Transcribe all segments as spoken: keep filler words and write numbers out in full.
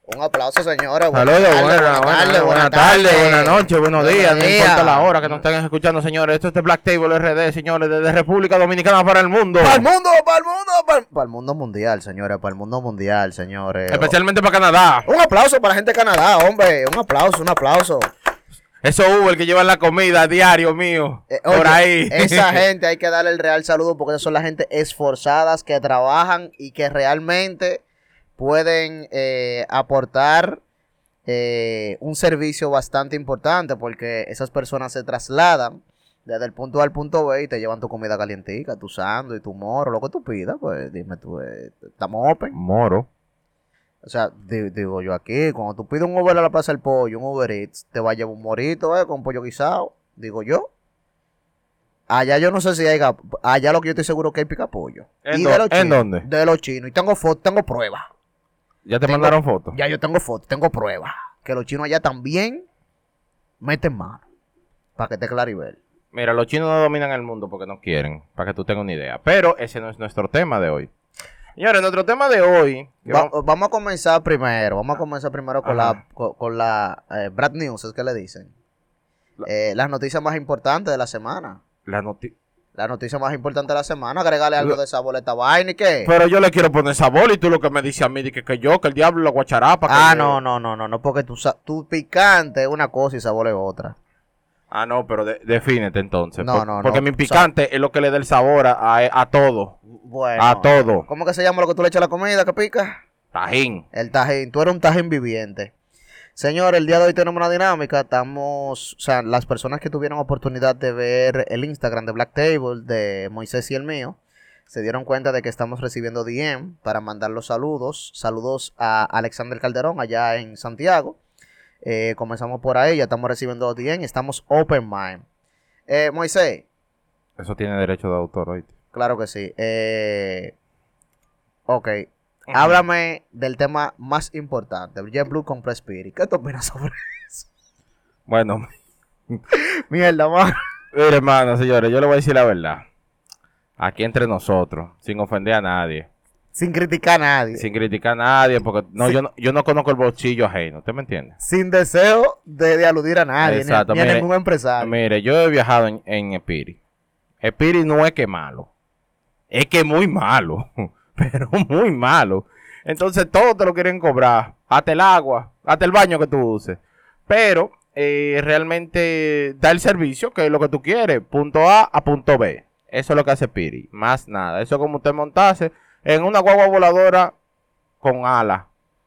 Un aplauso, señores. Saludos, buenas tardes, buenas tardes, buenas noches, buenos días. No importa la hora que nos estén escuchando, señores. Esto es de Black Table R D, señores, desde República Dominicana para el mundo. Para el mundo, para el mundo, para, para el mundo mundial, señores. Para el mundo mundial, señores. Especialmente para Canadá. Un aplauso para la gente de Canadá, hombre. Un aplauso, un aplauso. Eso Uber que llevan la comida a diario mío. Eh, oye, por ahí. Esa gente hay que darle el real saludo porque son la gente esforzadas que trabajan y que realmente pueden eh, aportar eh, un servicio bastante importante porque esas personas se trasladan desde el punto A al punto B y te llevan tu comida calientica, tu sándwich, tu moro, lo que tú pidas, pues dime tú, eh, estamos open. Moro. O sea, di- digo yo aquí, cuando tú pides un Uber a la Plaza del Pollo, un Uber Eats, te va a llevar un morito, eh, con pollo guisado, digo yo. Allá yo no sé si hay, gap- allá lo que yo estoy seguro que hay picapollo. ¿En Y dó- de los en chinos, dónde? De los chinos, y tengo fotos, tengo pruebas. ¿Ya te Tengo- mandaron fotos? Ya yo tengo fotos, tengo pruebas. Que los chinos allá también meten mano. Para que te claribel. Mira, los chinos no dominan el mundo porque no quieren, para que tú tengas una idea. Pero ese no es nuestro tema de hoy. Señores, nuestro tema de hoy... que Va- vamos- vamos a comenzar primero, vamos a comenzar primero con Ajá. la, con, con la eh, Brad News, es que le dicen. La- Eh, las noticias más importantes de la semana. la noti- La noticia más importante de la semana, agregarle algo Lo- de sabor a esta vaina y qué. Pero yo le quiero poner sabor y tú lo que me dices a mí, de que, que yo, que el diablo la guacharapa. que Ah, yo- no, no, no, no, no, porque tu, sa- tu picante es una cosa y sabor es otra. Ah, no, pero de- defínete entonces. No, por- no, Porque no, mi o sea- picante es lo que le da el sabor a, a, a todo. Bueno. A todo. ¿Cómo que se llama lo que tú le echas a la comida que pica? Tajín. El tajín. Tú eres un tajín viviente. Señor, el día de hoy tenemos una dinámica. Estamos, o sea, las personas que tuvieron oportunidad de ver el Instagram de Black Table, de Moisés y el mío, se dieron cuenta de que estamos recibiendo D M para mandar los saludos. Saludos a Alexander Calderón allá en Santiago. Eh, comenzamos por ahí, ya estamos recibiendo los D M y estamos open mind. Eh, Moisés, Eso tiene derecho de autor, oíste. claro que sí. Eh, ok. Háblame del tema más importante, JetBlue compra Spirit. ¿Qué tú opinas sobre eso? Bueno, Mierda, man. mire, hermano, señores, yo le voy a decir la verdad. Aquí entre nosotros, sin ofender a nadie, Sin criticar a nadie. Sin, sin criticar a nadie, porque no, Sí. yo, no, yo no conozco el bolsillo ajeno, ¿usted me entiende? deseo de, de aludir a nadie, ni, Exacto, ni a mire, ningún empresario. Mire, yo he viajado en, en Spirit. Spirit no es que malo, es que muy malo, pero muy malo. Entonces todos te lo quieren cobrar, hasta el agua, hasta el baño que tú uses. Pero eh, realmente da el servicio, que es lo que tú quieres, punto A a punto B. Eso es lo que hace Spirit, más nada. Eso es como usted montase en una guagua voladora con alas.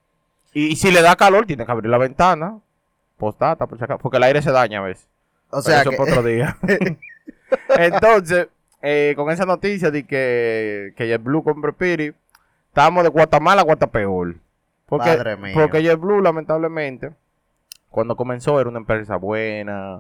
Y, si le da calor, tiene que abrir la ventana, postata, por si acaso, porque el aire se daña a veces. o Pero sea, eso que, es para otro día. Entonces, eh, con esa noticia de que, que JetBlue compra Spirit, estamos de Guatemala a Guatapeor. Porque, Padre mío. porque JetBlue, lamentablemente, cuando comenzó era una empresa buena,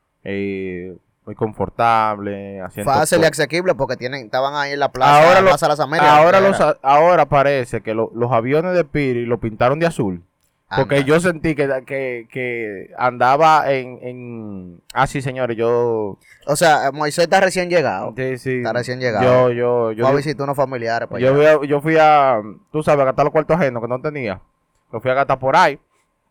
eh, muy confortable, haciendo fácil y todo. asequible porque tienen, estaban ahí en la plaza, Ahora, la lo- plaza de las Américas. ahora, que los, era. a- ahora parece que lo- los aviones de Spirit lo pintaron de azul. Porque Anda. yo sentí que, que, que andaba en, en... Ah, sí, señores, yo... O sea, Moisés está recién llegado. Sí, sí. Está recién llegado. Yo, yo, yo, Fue a di- visitar unos familiares. para yo, allá. fui a, yo fui a, tú sabes, a gastar los cuartos ajenos que no tenía. Lo fui a gastar por ahí.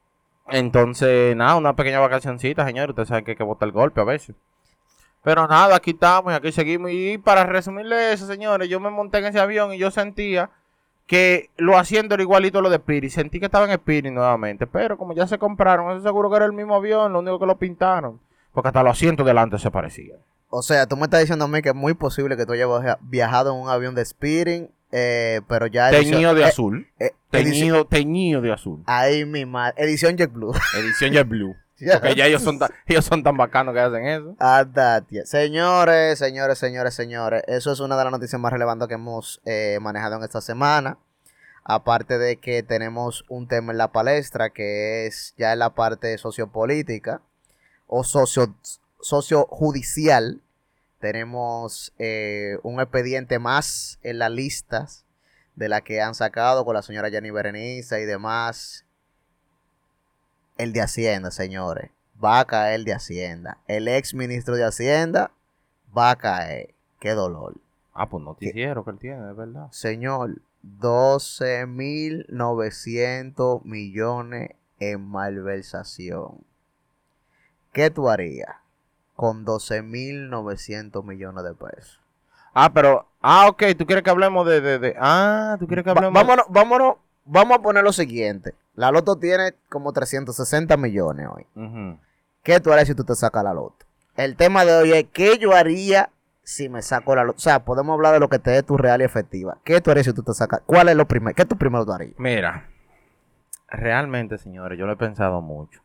Entonces, nada, una pequeña vacacioncita, señores. Ustedes saben que hay que botar el golpe a veces. Pero nada, aquí estamos y aquí seguimos. Y para resumirle eso, señores, yo me monté en ese avión y yo sentía que lo haciendo era igualito a lo de Spirit. Sentí que estaba en Spirit nuevamente. Pero como ya se compraron, eso seguro que era el mismo avión, lo único que lo pintaron. Porque hasta los asientos delante se parecían. O sea, tú me estás diciendo a mí que es muy posible que tú hayas viaja- viajado en un avión de Spirit, eh, pero ya... edición- Teñido de eh, azul. eh, edición- Teñido, teñido de azul. Ahí misma, edición JetBlue. Edición JetBlue. Porque ya ellos son, tan, ellos son tan bacanos que hacen eso. Anda, tía. Señores, señores, señores, señores. Eso es una de las noticias más relevantes que hemos eh, manejado en esta semana. Aparte de que tenemos un tema en la palestra que es ya en la parte sociopolítica o socio, sociojudicial. Tenemos eh, un expediente más en las listas de la que han sacado con la señora Jenny Berenice y demás. El de Hacienda, señores. Va a caer el de Hacienda. El ex ministro de Hacienda va a caer. Qué dolor. Ah, pues noticiero que él tiene, de verdad. Señor, doce mil novecientos millones en malversación. ¿Qué tú harías con doce mil novecientos millones de pesos? Ah, pero... Ah, ok. ¿Tú quieres que hablemos de... de, de ah, ¿tú quieres que Va- hablemos...? vámonos, vámonos, vamos a poner lo siguiente. La loto tiene como trescientos sesenta millones hoy. Ujú. ¿Qué tú harías si tú te sacas la loto? El tema de hoy es ¿qué yo haría si me saco la loto? O sea, podemos hablar de lo que te dé tu real y efectiva. ¿Qué tú harías si tú te sacas? ¿Cuál es lo primero? ¿Qué tú primero tú harías? Mira, realmente, señores, yo lo he pensado mucho.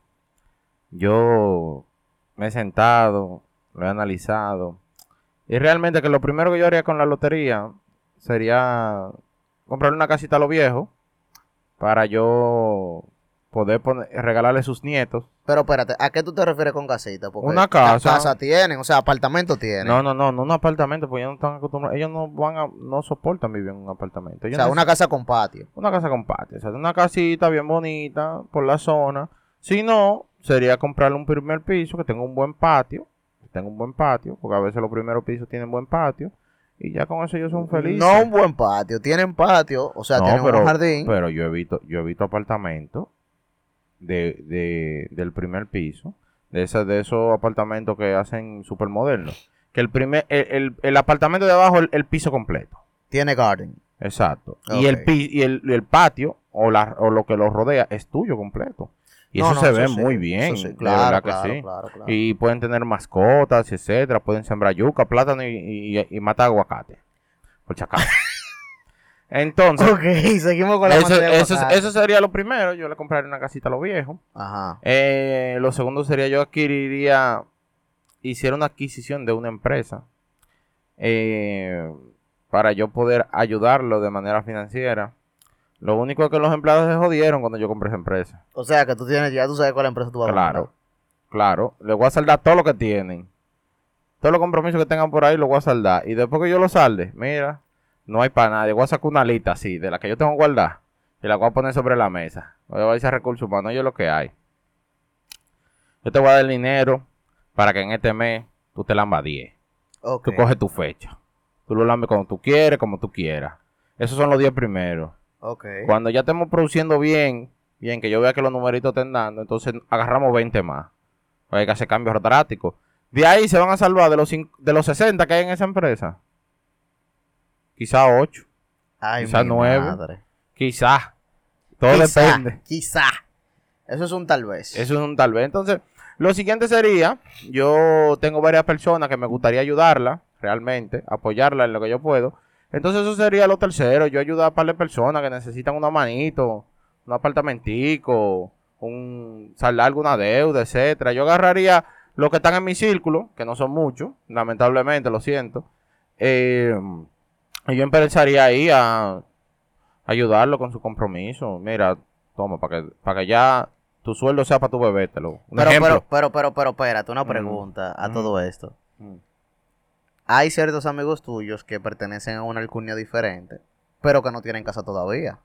Yo me he sentado, lo he analizado. Y realmente que lo primero que yo haría con la lotería sería comprarle una casita a los viejos para yo poder poner, regalarle a sus nietos. Pero espérate, ¿a qué tú te refieres con casita? Porque Una ca- casa. casa tienen, o sea, apartamento tienen. No, no, no, no un apartamento, porque ellos no están acostumbrados. Ellos no van a, no soportan vivir en un apartamento. O Ellos sea, una necesitan- casa con patio. Una casa con patio, o sea, una casita bien bonita por la zona. Si no, sería comprarle un primer piso que tenga un buen patio, que tenga un buen patio, porque a veces los primeros pisos tienen buen patio, y ya con eso ellos son felices. No un buen patio, tienen patio, o sea, No, tienen pero, un jardín. pero yo he visto, yo he visto apartamentos de, de, del primer piso, de esos, de esos apartamentos que hacen súper modernos, que el primer, el, el, el apartamento de abajo, el, el piso completo. Tiene garden. Exacto. Ok. Y, el, pi- y el, el patio o, la, o lo que lo rodea es tuyo completo. Y No, eso no, se eso ve sí, muy eso bien. sí, de claro, verdad que claro, sí. claro, claro. Y pueden tener mascotas, etcétera. Pueden sembrar yuca, plátano y, y, y matar aguacate. Por si acaso. Entonces, Ok, seguimos con la eso, materia de eso, aguacate. eso sería lo primero. Yo le compraría una casita a los viejos. Ajá. Eh, lo segundo sería yo adquiriría, hiciera una adquisición de una empresa eh, para yo poder ayudarlo de manera financiera. Lo único es que los empleados se jodieron cuando yo compré esa empresa. O sea, que tú tienes, ya tú sabes cuál empresa tú vas a Claro, mandar. claro. Les voy a saldar todo lo que tienen. Todos los compromisos que tengan por ahí los voy a saldar. Y después que yo los salde, mira, no hay para nadie. Voy a sacar una lista así, de la que yo tengo guardada. Y la voy a poner sobre la mesa. Voy a decir a recursos humanos, yo lo que hay. Yo te voy a dar el dinero para que en este mes tú te lambas diez. Ok. Tú coges tu fecha. Tú lo lambes cuando tú quieres, como tú quieras. Esos son los diez primeros. Ok. Cuando ya estemos produciendo bien, bien, que yo vea que los numeritos estén dando, entonces agarramos veinte más. Porque hay que hacer cambios drásticos. De ahí se van a salvar de los, cin- de los sesenta que hay en esa empresa. Quizá ocho, Ay, quizá mi nueve. madre. quizá. Todo Quizá, depende. Quizá. Eso es un tal vez. Eso es un tal vez. Entonces, lo siguiente sería, yo tengo varias personas que me gustaría ayudarla, realmente, apoyarla en lo que yo puedo. Entonces eso sería lo tercero, yo ayudar a un par de personas que necesitan una manito, un apartamentico, un saldar alguna deuda, etcétera. Yo agarraría los que están en mi círculo, que no son muchos, lamentablemente, lo siento. Eh, y yo empezaría ahí a ayudarlo con su compromiso. Mira, toma, para que, para que ya tu sueldo sea para tu bebértelo. Un Pero, ejemplo. pero, pero, pero, pero, espérate, una Mm. pregunta a Mm. todo esto. Mm. Hay ciertos amigos tuyos que pertenecen a una alcurnia diferente, pero que no tienen casa todavía.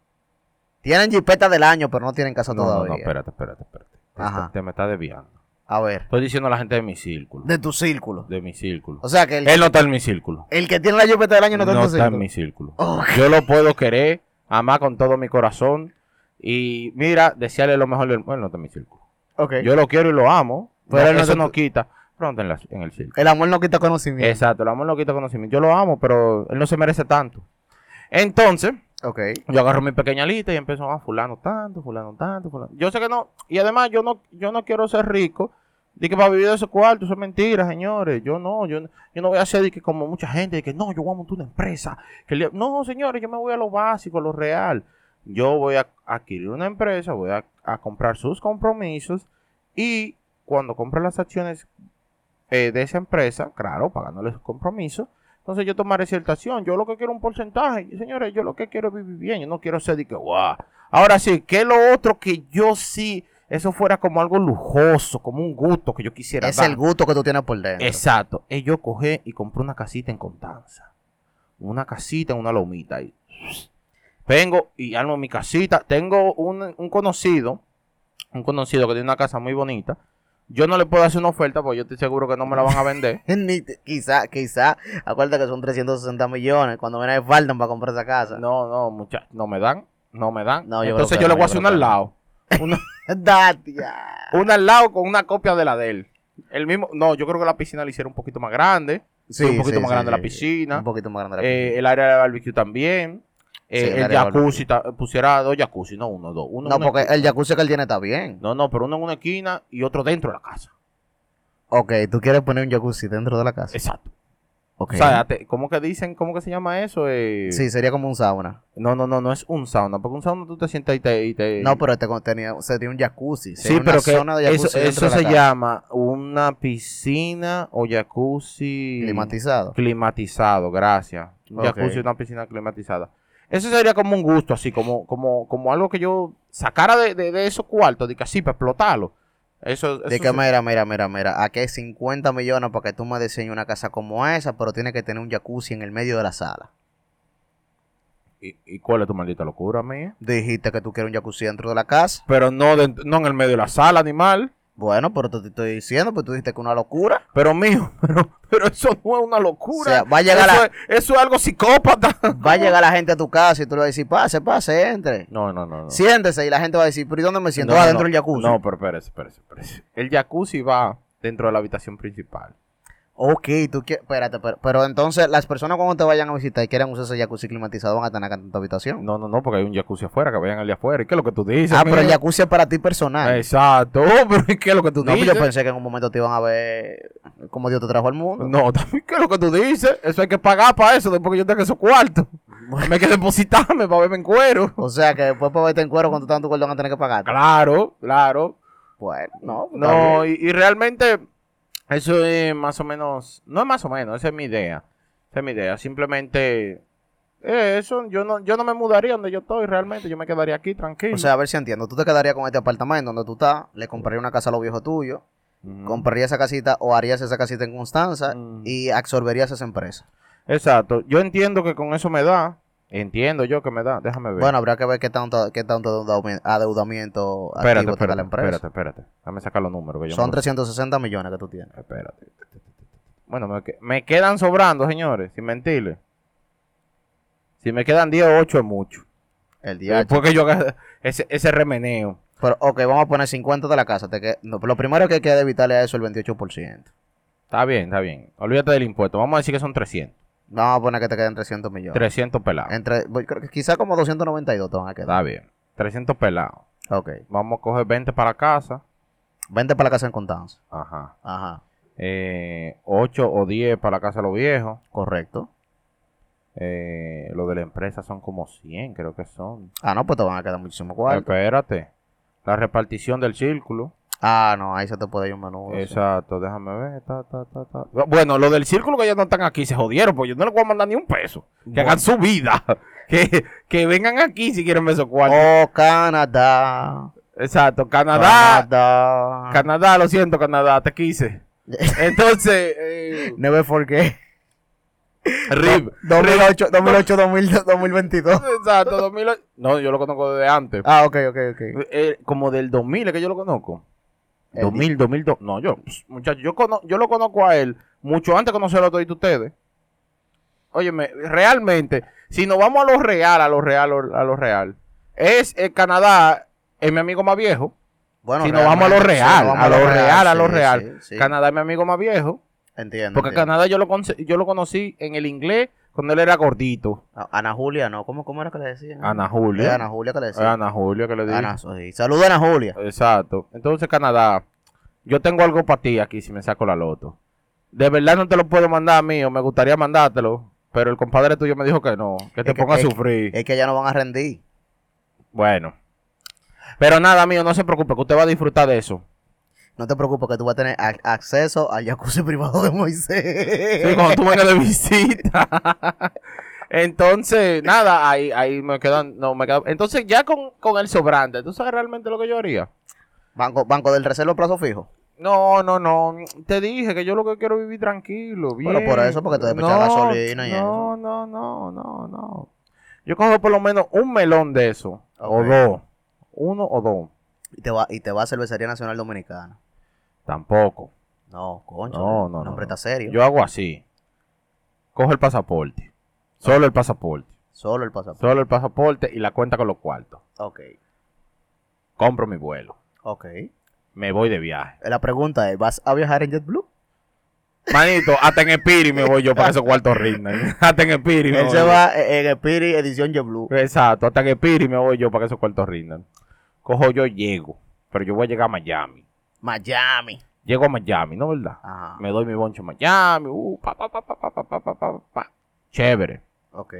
Tienen jipeta del año, pero no tienen casa No, no, todavía. no, espérate, espérate, espérate. Te, Ajá. te me está desviando. A ver, Estoy diciendo a la gente de mi círculo. de tu círculo. De mi círculo. O sea que el, Él no está en mi círculo. el que tiene la jipeta del año no está en tu está círculo. en mi círculo. Ok. Yo lo puedo querer, amar con todo mi corazón. Y mira, desearle lo mejor del mundo. Él no está en mi círculo. Ok. Yo lo quiero y lo amo. Pero Pero él no eso te- no quita. Pronto en, la- en el círculo. El amor no quita conocimiento. Exacto, el amor no quita conocimiento. Yo lo amo, pero él no se merece tanto. Entonces, Ok. yo agarro mi pequeña lista y empiezo a fulano tanto, fulano tanto, fulano. Yo sé que no, y además yo no, yo no quiero ser rico. De que para vivir de esos cuartos, eso es mentira, señores. Yo no, yo, yo no voy a hacer de que como mucha gente, de que no, yo voy a montar una empresa. Que le- no, señores, yo me voy a lo básico, a lo real. Yo voy a adquirir una empresa, voy a, a comprar sus compromisos y cuando compre las acciones eh, de esa empresa, claro, pagándole sus compromisos, entonces yo tomaré cierta acción. Yo lo que quiero es un porcentaje. Y, señores, yo lo que quiero es vivir bien. Yo no quiero ser de que, guau. Ahora sí, ¿qué es lo otro que yo sí, eso fuera como algo lujoso, como un gusto que yo quisiera Es dar? el gusto que tú tienes por dentro. Exacto. Es yo cogí y compré una casita en Constanza. Una casita en una lomita ahí. Vengo y armo mi casita. Tengo un, un conocido, un conocido que tiene una casa muy bonita, Yo no le puedo hacer una oferta porque yo estoy seguro que no me la van a vender. Ni te- quizá, quizá, acuérdate que son trescientos sesenta millones. Cuando viene faltan para comprar esa casa. No, no, muchachos, no me dan, no me dan. No, yo Entonces creo yo que le no, voy a yo hacer creo una al que no. lado. Una, Datia. una al lado con una copia de la de él. El mismo, no, yo creo que la piscina la hicieron un poquito más grande. Sí, un poquito sí, más sí, grande la sí. piscina. Un poquito más grande la Eh, piscina. el área de barbecue también. Eh, Sí, el el área de jacuzzi, ta- pusiera dos jacuzzi, no uno, dos. Uno en No, una porque esquina. el jacuzzi que él tiene está bien. No, no, pero uno en una esquina y otro dentro de la casa. Ok, tú quieres poner un jacuzzi dentro de la casa. Exacto. Ok. O sea, te- ¿cómo que dicen, cómo que se llama eso? Eh, Sí, sería como un sauna. No, no, no, no es un sauna, porque un sauna tú te sientas y te... y te- No, pero este con- tenía, sería un jacuzzi. Sí, Sería una pero que zona de jacuzzi eso, dentro eso de la se casa. llama una piscina o jacuzzi... Climatizado. Climatizado, gracias. Un Ok. jacuzzi y una piscina climatizada. Eso sería como un gusto, así, como, como, como algo que yo sacara de, de, de esos cuartos, de que así, para explotarlo. Eso, eso De que se- mira, mira, mira, mira, aquí hay cincuenta millones para que tú me diseñes una casa como esa, pero tiene que tener un jacuzzi en el medio de la sala. ¿Y, y cuál es tu maldita locura, mía? Dijiste que tú quieres un jacuzzi dentro de la casa. Pero no, dent- no en el medio de la sala, animal. Bueno, pero te, te estoy diciendo, pues tú dijiste que una locura. Pero, mijo, pero, pero eso no es una O locura. sea, va a llegar eso, la- es, eso es algo psicópata. Va a llegar la gente a tu casa y tú le vas a decir, pase, pase, entre. No, no, no. no. Siéntese y la gente va a decir, pero ¿y dónde me siento? No, ah, no, dentro no. del jacuzzi. No, pero espérese, espérese, espérese. El jacuzzi va dentro de la habitación principal. Ok, tú quieres, espérate, pero, pero entonces las personas cuando te vayan a visitar y quieran usar ese jacuzzi climatizado van a tener acá en tu habitación. No, no, no, porque hay un jacuzzi afuera, que vayan al de afuera. ¿Y qué es lo que tú dices? Ah, pero el mija? jacuzzi es para ti personal. Exacto, pero ¿y qué es lo que tú No, pues dices? yo pensé que en un momento te iban a ver cómo Dios te trajo al mundo. No, también, ¿qué es lo que tú dices? Eso hay que pagar para eso, después que yo tenga esos cuartos. Me hay que depositarme para verme en cuero. O sea que después para verte en cuero cuando tú estás en tu cuarto van a tener que pagar. Claro, claro. Bueno, no, pues está No, bien. y, y realmente eso es más o menos, no es más o menos, esa es mi idea. Esa es mi idea. Simplemente eh, eso, yo no, yo no me mudaría donde yo estoy realmente, yo me quedaría aquí tranquilo. O sea, a ver si entiendo. Tú te quedarías con este apartamento donde tú estás, le comprarías una casa a los viejos tuyos, Ujú. comprarías esa casita o harías esa casita en Constanza Mm. y absorberías esa empresa. Exacto. Yo entiendo que con eso me da. Entiendo yo que me da. Déjame ver. Bueno, habrá que ver qué tanto, qué tanto adeudami- adeudamiento espérate, activo tenga espérate, la empresa. espérate, espérate. Déjame sacar los números. Que yo Son me los- trescientos sesenta millones que tú tienes. Espérate. Bueno, me, que- me quedan sobrando, señores, sin mentirle. Si me quedan diez o ocho es mucho. El día. Después que yo haga ese, ese remeneo. Pero, ok, vamos a poner cincuenta de la casa. Te que- no, lo primero que hay que evitarle a eso es el veintiocho por ciento. Está bien, está bien. Olvídate del impuesto. Vamos a decir que son trescientos. Vamos a poner que te queden trescientos millones. trescientos pelados. Entre, voy- creo que quizá como doscientos noventa y dos te van a quedar. Está bien. trescientos pelados. Ok. Vamos a coger veinte para casa. Vente para la casa en Constanza. Ajá. Ajá. Eh, ocho o diez para la casa de los viejos. Correcto. Eh, lo de la empresa son como cien, creo que son. Ah, no, pues te van a quedar muchísimo cuarto. Espérate. La repartición del círculo. Ah, no, ahí se te puede ir un menú. sí. Exacto, déjame ver. Ta, ta, ta, ta. Bueno, lo del círculo que ya no están aquí se jodieron, pues yo no les voy a mandar ni un peso. Que Bueno. hagan su vida. Que, que vengan aquí si quieren ver esos cuartos. Oh, Canadá. Exacto, Canadá. Canadá. Canadá, lo siento, Canadá, te quise. Entonces, eh, Never forget. Rip. dos mil ocho, dos mil ocho, dos mil, dos mil veintidós. Exacto, dos mil ocho. No, yo lo conozco desde antes. Ah, ok, ok, ok. Eh, como del dos mil es que yo lo conozco. El dos mil, dos mil dos. No, yo, muchachos, yo, cono- yo lo conozco a él mucho antes de conocerlo a todos ustedes. Óyeme, realmente, si nos vamos a lo real, a lo real, a lo real, es el Canadá, es mi amigo más viejo. Bueno, si nos vamos a lo realmente, real, si nos vamos a lo real, a lo sí, real. sí, sí. Canadá es mi amigo más viejo. Entiendo. Porque entiendo. Canadá yo lo, conce- yo lo conocí en el inglés cuando él era gordito. Ah, Ana Julia, no. ¿Cómo, cómo era que le decían? Ana Es Julia. Ana Julia que le Es decían. Ana Julia que le dije. Ana, sí. Saludos a Ana Julia. Exacto. Entonces, Canadá, yo tengo algo para ti aquí si me saco la loto. De verdad no te lo puedo mandar a mí, o me gustaría mandártelo, pero el compadre tuyo me dijo que no, que te Es que- ponga a es- sufrir. Es que ya no van a rendir. Bueno. Pero nada, mío, no se preocupe, que usted va a disfrutar de eso. No te preocupes que tú vas a tener ac- acceso al jacuzzi privado de Moisés. Sí, cuando tú vengas de visita. Entonces, nada, ahí, ahí me quedan, no, me quedan. Entonces, ya con, con el sobrante, ¿tú sabes realmente lo que yo haría? Banco, Banco del Reserva plazo fijo. No, no, no. Te dije que yo lo que quiero es vivir tranquilo, bien. Pero por eso, porque te despechas gasolina y no, eso. No, no, no, no. Yo cojo por lo menos un melón de eso. O Ok. dos. Uno o dos. Y te va, y te va a Cervecería Nacional Dominicana. Tampoco. No, concho. No, el no, no, nombre no. está serio. Yo hago así. Cojo el pasaporte. Solo el pasaporte. Solo el pasaporte. Solo el pasaporte y la cuenta con los cuartos. Ok. Compro mi vuelo. Ok. Me voy de viaje. La pregunta es, ¿vas a viajar en JetBlue? Manito, hasta en Spirit me voy yo para que esos cuartos rindan. Hasta en Spirit me Él voy se yo. va en Spirit edición JetBlue. Exacto, hasta en Spirit me voy yo para que esos cuartos rindan. Cojo yo, llego. Pero yo voy a llegar a Miami. Miami. Llego a Miami, ¿no verdad? Ajá. Me doy mi boncho en Miami. Uh, pa, pa, pa, pa, pa, pa, pa, pa, pa, pa. Chévere. Ok.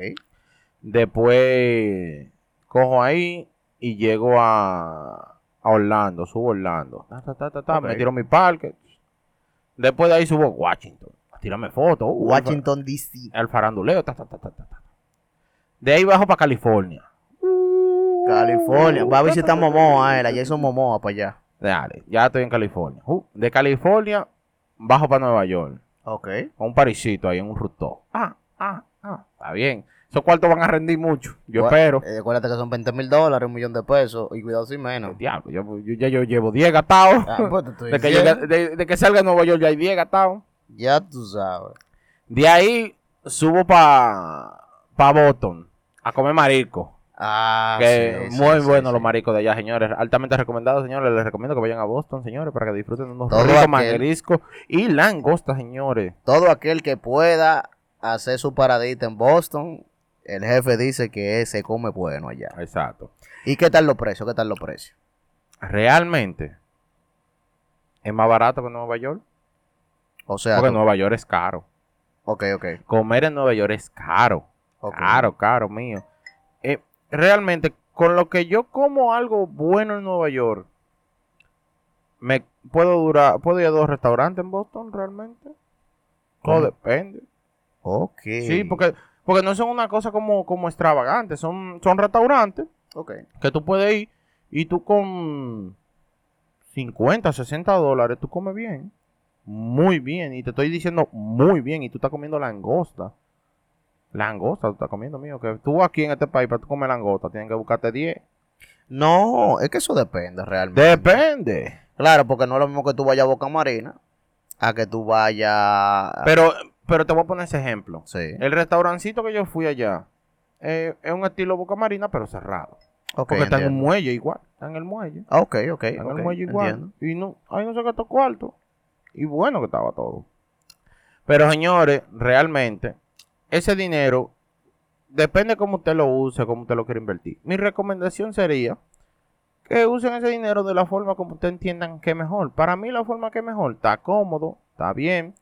Después cojo ahí y llego a, a Orlando. Subo a Orlando. Ta, ta, ta, ta, ta, Ok. Me tiro mi parque. Después de ahí subo a Washington. A tirarme fotos. Uh, Washington, D C. El, el faranduleo. Ta, ta, ta, ta, ta, ta. De ahí bajo para California. California. Va a visitar Momoa, eh, la Jason Momoa para allá. Dale, ya estoy en California. Uh, de California bajo para Nueva York. Ok. A un parisito ahí en un rooftop. Ah, ah, ah. Está bien. Esos cuartos van a rendir mucho. Yo Gua- espero. eh, acuérdate que son veinte mil dólares, un millón de pesos. Y cuidado sin menos. Diablo, yo, yo- ya yo llevo diez gastados. Ah, pues te estoy de, que diciendo. llegue- de, de que salga a Nueva York ya hay diez gastados. Ya tú sabes. De ahí subo para pa Boston a comer marisco. Ah, que sí, muy sí, bueno sí, los sí. mariscos de allá, señores. Altamente recomendados, señores. Les recomiendo que vayan a Boston, señores, para que disfruten de unos Todo ricos aquel- mariscos y langostas, señores. Todo aquel que pueda hacer su paradita en Boston, el jefe dice que se come bueno allá. Exacto. ¿Y qué tal los precios? ¿Qué tal los precios? Realmente es más barato que Nueva York. O sea, Porque tú- Nueva York es caro. ok, ok. Comer en Nueva York es caro. ok. Caro, caro, mío. Eh, realmente, con lo que yo como algo bueno en Nueva York, me puedo durar, puedo ir a dos restaurantes en Boston realmente. Todo ¿Cómo? depende. Ok. Sí, porque, porque no son una cosa como, como extravagante, son, son restaurantes Ok. que tú puedes ir y tú con cincuenta, sesenta dólares tú comes bien. Muy bien. Y te estoy diciendo muy bien. Y tú estás comiendo langosta. Langosta tú estás comiendo, mío. Que tú aquí en este país para tú comer langosta tienes que buscarte diez. No, es que eso depende realmente. Depende. Claro, porque no es lo mismo que tú vayas a Boca Marina a que tú vayas... Pero, pero te voy a poner ese ejemplo. Sí. El restaurancito que yo fui allá eh, es un estilo Boca Marina, pero cerrado. Ok, Porque está en un entiendo. muelle igual. Está en el muelle. Ah, ok, ok, Está en ok, el muelle igual. entiendo. Y no, ahí no se gastó cuarto. Y bueno que estaba todo. Pero señores, realmente, ese dinero depende cómo usted lo use, cómo usted lo quiere invertir. Mi recomendación sería que usen ese dinero de la forma como ustedes entiendan que es mejor. Para mí la forma que es mejor, está cómodo, está bien.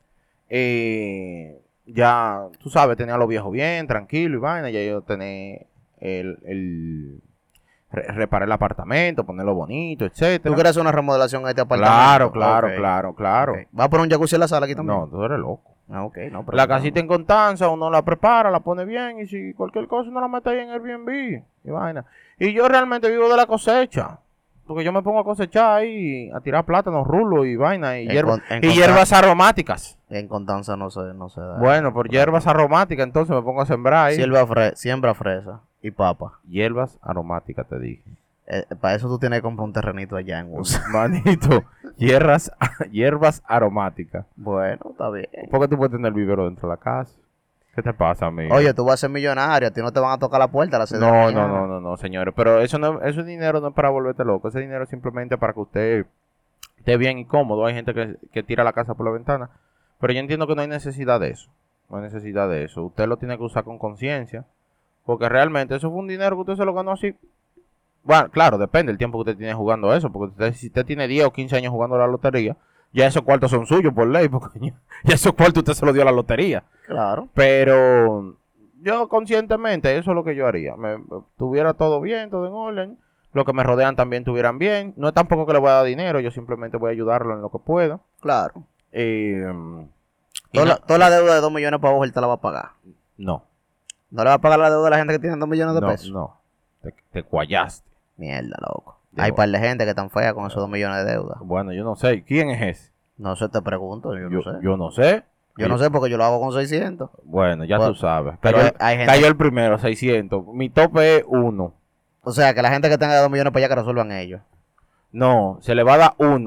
Eh, ya, tú sabes, tenía a los viejos bien, tranquilo y vaina. Ya yo tenía el... el re- reparar el apartamento, ponerlo bonito, etcétera. ¿Tú quieres hacer una remodelación a este apartamento? Claro, claro, Ok, claro, claro. ok. ¿Va a poner un jacuzzi en la sala aquí también? No, tú eres loco. Ah, ok, no, pero La no. casita en Constanza, uno la prepara, la pone bien y si cualquier cosa uno la mete ahí en Airbnb y vaina. Y yo realmente vivo de la cosecha. Porque yo me pongo a cosechar ahí, a tirar plátanos, rulos y vaina y, En hierba- Con- en y Constanza- hierbas aromáticas. En Constanza no se, no se da. Bueno, por hierbas aromáticas entonces me pongo a sembrar ahí. Siembra, fre- siembra fresa y papa. Hierbas aromáticas te dije. Eh, para eso tú tienes que comprar un terrenito allá en USA. Manito, hierbas, hierbas aromáticas. Bueno, está bien. ¿Por qué tú puedes tener vivero dentro de la casa? ¿Qué te pasa, amigo? Oye, tú vas a ser millonario, a ti no te van a tocar la puerta a las seis de la no, mañana. no, no, no, no, señores. Pero eso no, ese dinero no es para volverte loco. Ese dinero es simplemente para que usted esté bien y cómodo. Hay gente que, que tira la casa por la ventana. Pero yo entiendo que no hay necesidad de eso. No hay necesidad de eso. Usted lo tiene que usar con conciencia. Porque realmente eso fue un dinero que usted se lo ganó así. Bueno, claro, depende del tiempo que usted tiene jugando eso. Porque usted, si usted tiene diez o quince años jugando la lotería, ya esos cuartos son suyos por ley. Porque ya esos cuartos usted se los dio a la lotería. Claro. Pero yo conscientemente, eso es lo que yo haría. Me, me- tuviera todo bien, todo en orden. Los que me rodean también tuvieran bien. No es tampoco que le voy a dar dinero, yo simplemente voy a ayudarlo en lo que pueda. Claro. Eh, y Toda, no, la, toda la deuda de dos millones para abajo él te la va a pagar. no, ¿No le va a pagar la deuda a la gente que tiene dos millones de no, pesos? no. Te, te cuallaste. Mierda, loco. Digo- Hay par de gente que están feas con esos dos millones de deuda. Bueno, yo no sé. ¿Quién es ese? No sé, te pregunto, yo, no sé. yo no sé. Yo no sé porque yo lo hago con seiscientos. Bueno, ya Bueno, tú sabes. pero Cayó, hay- hay gente- cayó el primero, seiscientos. Mi tope es uno. O sea, que la gente que tenga dos millones para allá que resuelvan ellos. No, se le va a dar uno.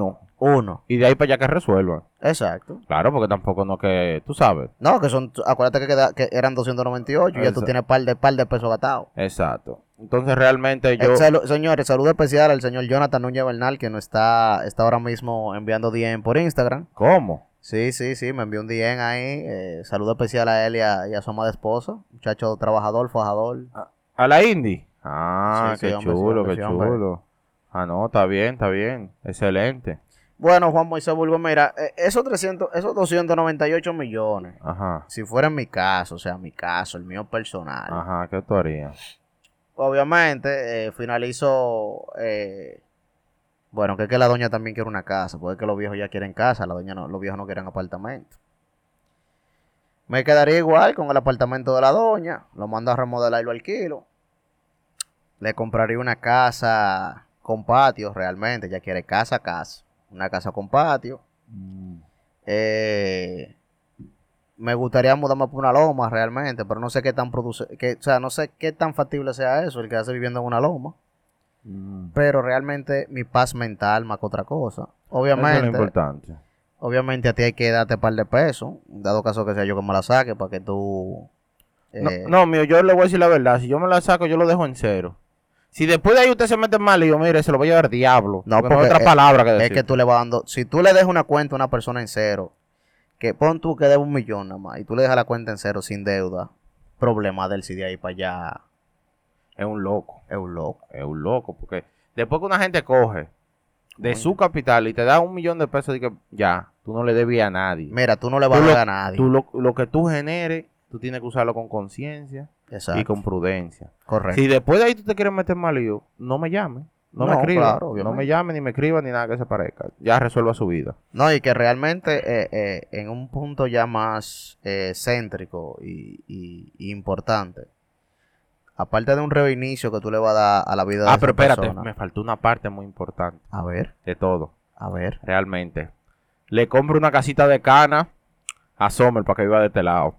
Uno. Y de ahí para allá que resuelvan. Exacto. Claro, porque tampoco no que... Tú sabes. No, que son... Acuérdate que, queda, que eran doscientos noventa y ocho y ya tú Exacto. tienes par de, par de pesos gastados. Exacto. Entonces realmente yo... Eh, salu- señores, saludo especial al señor Jonathan Núñez Bernal, que nos está, está ahora mismo enviando D M por Instagram. ¿Cómo? Sí, sí, sí, me envió un D M ahí. Eh, saludo especial a él y a, y a su amada esposa. Muchacho trabajador, fajador. ¿A la Indy? Ah, Sí, sí, qué hombre, sí, chulo, hombre, qué sí, hombre. chulo. Ah, no, está bien, está bien. Excelente. Bueno, Juan Moisés Bulbo, mira, eh, esos trescientos, esos doscientos noventa y ocho millones, Ajá, si fuera en mi caso, o sea, mi caso, el mío personal, ajá, ¿qué tú harías? obviamente eh, finalizo, eh, bueno, que es que la doña también quiere una casa, porque es que los viejos ya quieren casa, la doña no, los viejos no quieren apartamento. Me quedaría igual con el apartamento de la doña, lo mando a remodelar y lo alquilo. Le compraría una casa con patio, realmente, ya quiere casa, casa. Una casa con patio. Eh, me gustaría mudarme por una loma realmente, pero no sé qué tan produce, que, o sea, no sé qué tan factible sea eso, el quedarse viviendo en una loma. Mm. Pero realmente mi paz mental más que otra cosa. Eso es lo Obviamente, importante. obviamente a ti hay que darte par de pesos, dado caso que sea yo que me la saque para que tú... No, eh, no, mío, yo le voy a decir la verdad. Si yo me la saco, yo lo dejo en cero. Si después de ahí usted se mete mal y yo, mire, se lo voy a llevar diablo. No, porque no porque hay otra es- palabra que es decir. que tú le vas dando, si tú le dejas una cuenta a una persona en cero, que pon tú que debe un millón nada más, y tú le dejas la cuenta en cero sin deuda, problema del si de ahí para allá Es un loco. es un loco. Es un loco. Porque después que una gente coge de Coño. su capital y te da un millón de pesos, de que ya, tú no le debías a nadie. Mira, tú no le vas Tú a lo- dar a nadie. Tú lo, lo que tú generes, tú tienes que usarlo con conciencia Exacto. y con prudencia. Correcto. Si después de ahí tú te quieres meter mal lío, no me llames. No, me No, escriba. claro, no obviamente. me llame, ni me escriba, ni nada que se parezca. Ya resuelva su vida. No, y que realmente eh, eh, en un punto ya más eh, céntrico y, y- y importante, aparte de un reinicio que tú le vas a dar a la vida de Ah, esa pero espérate, persona. me faltó una parte muy importante A ver, de todo, a ver. realmente. Le compro una casita de cana a Sommer para que viva de este lado.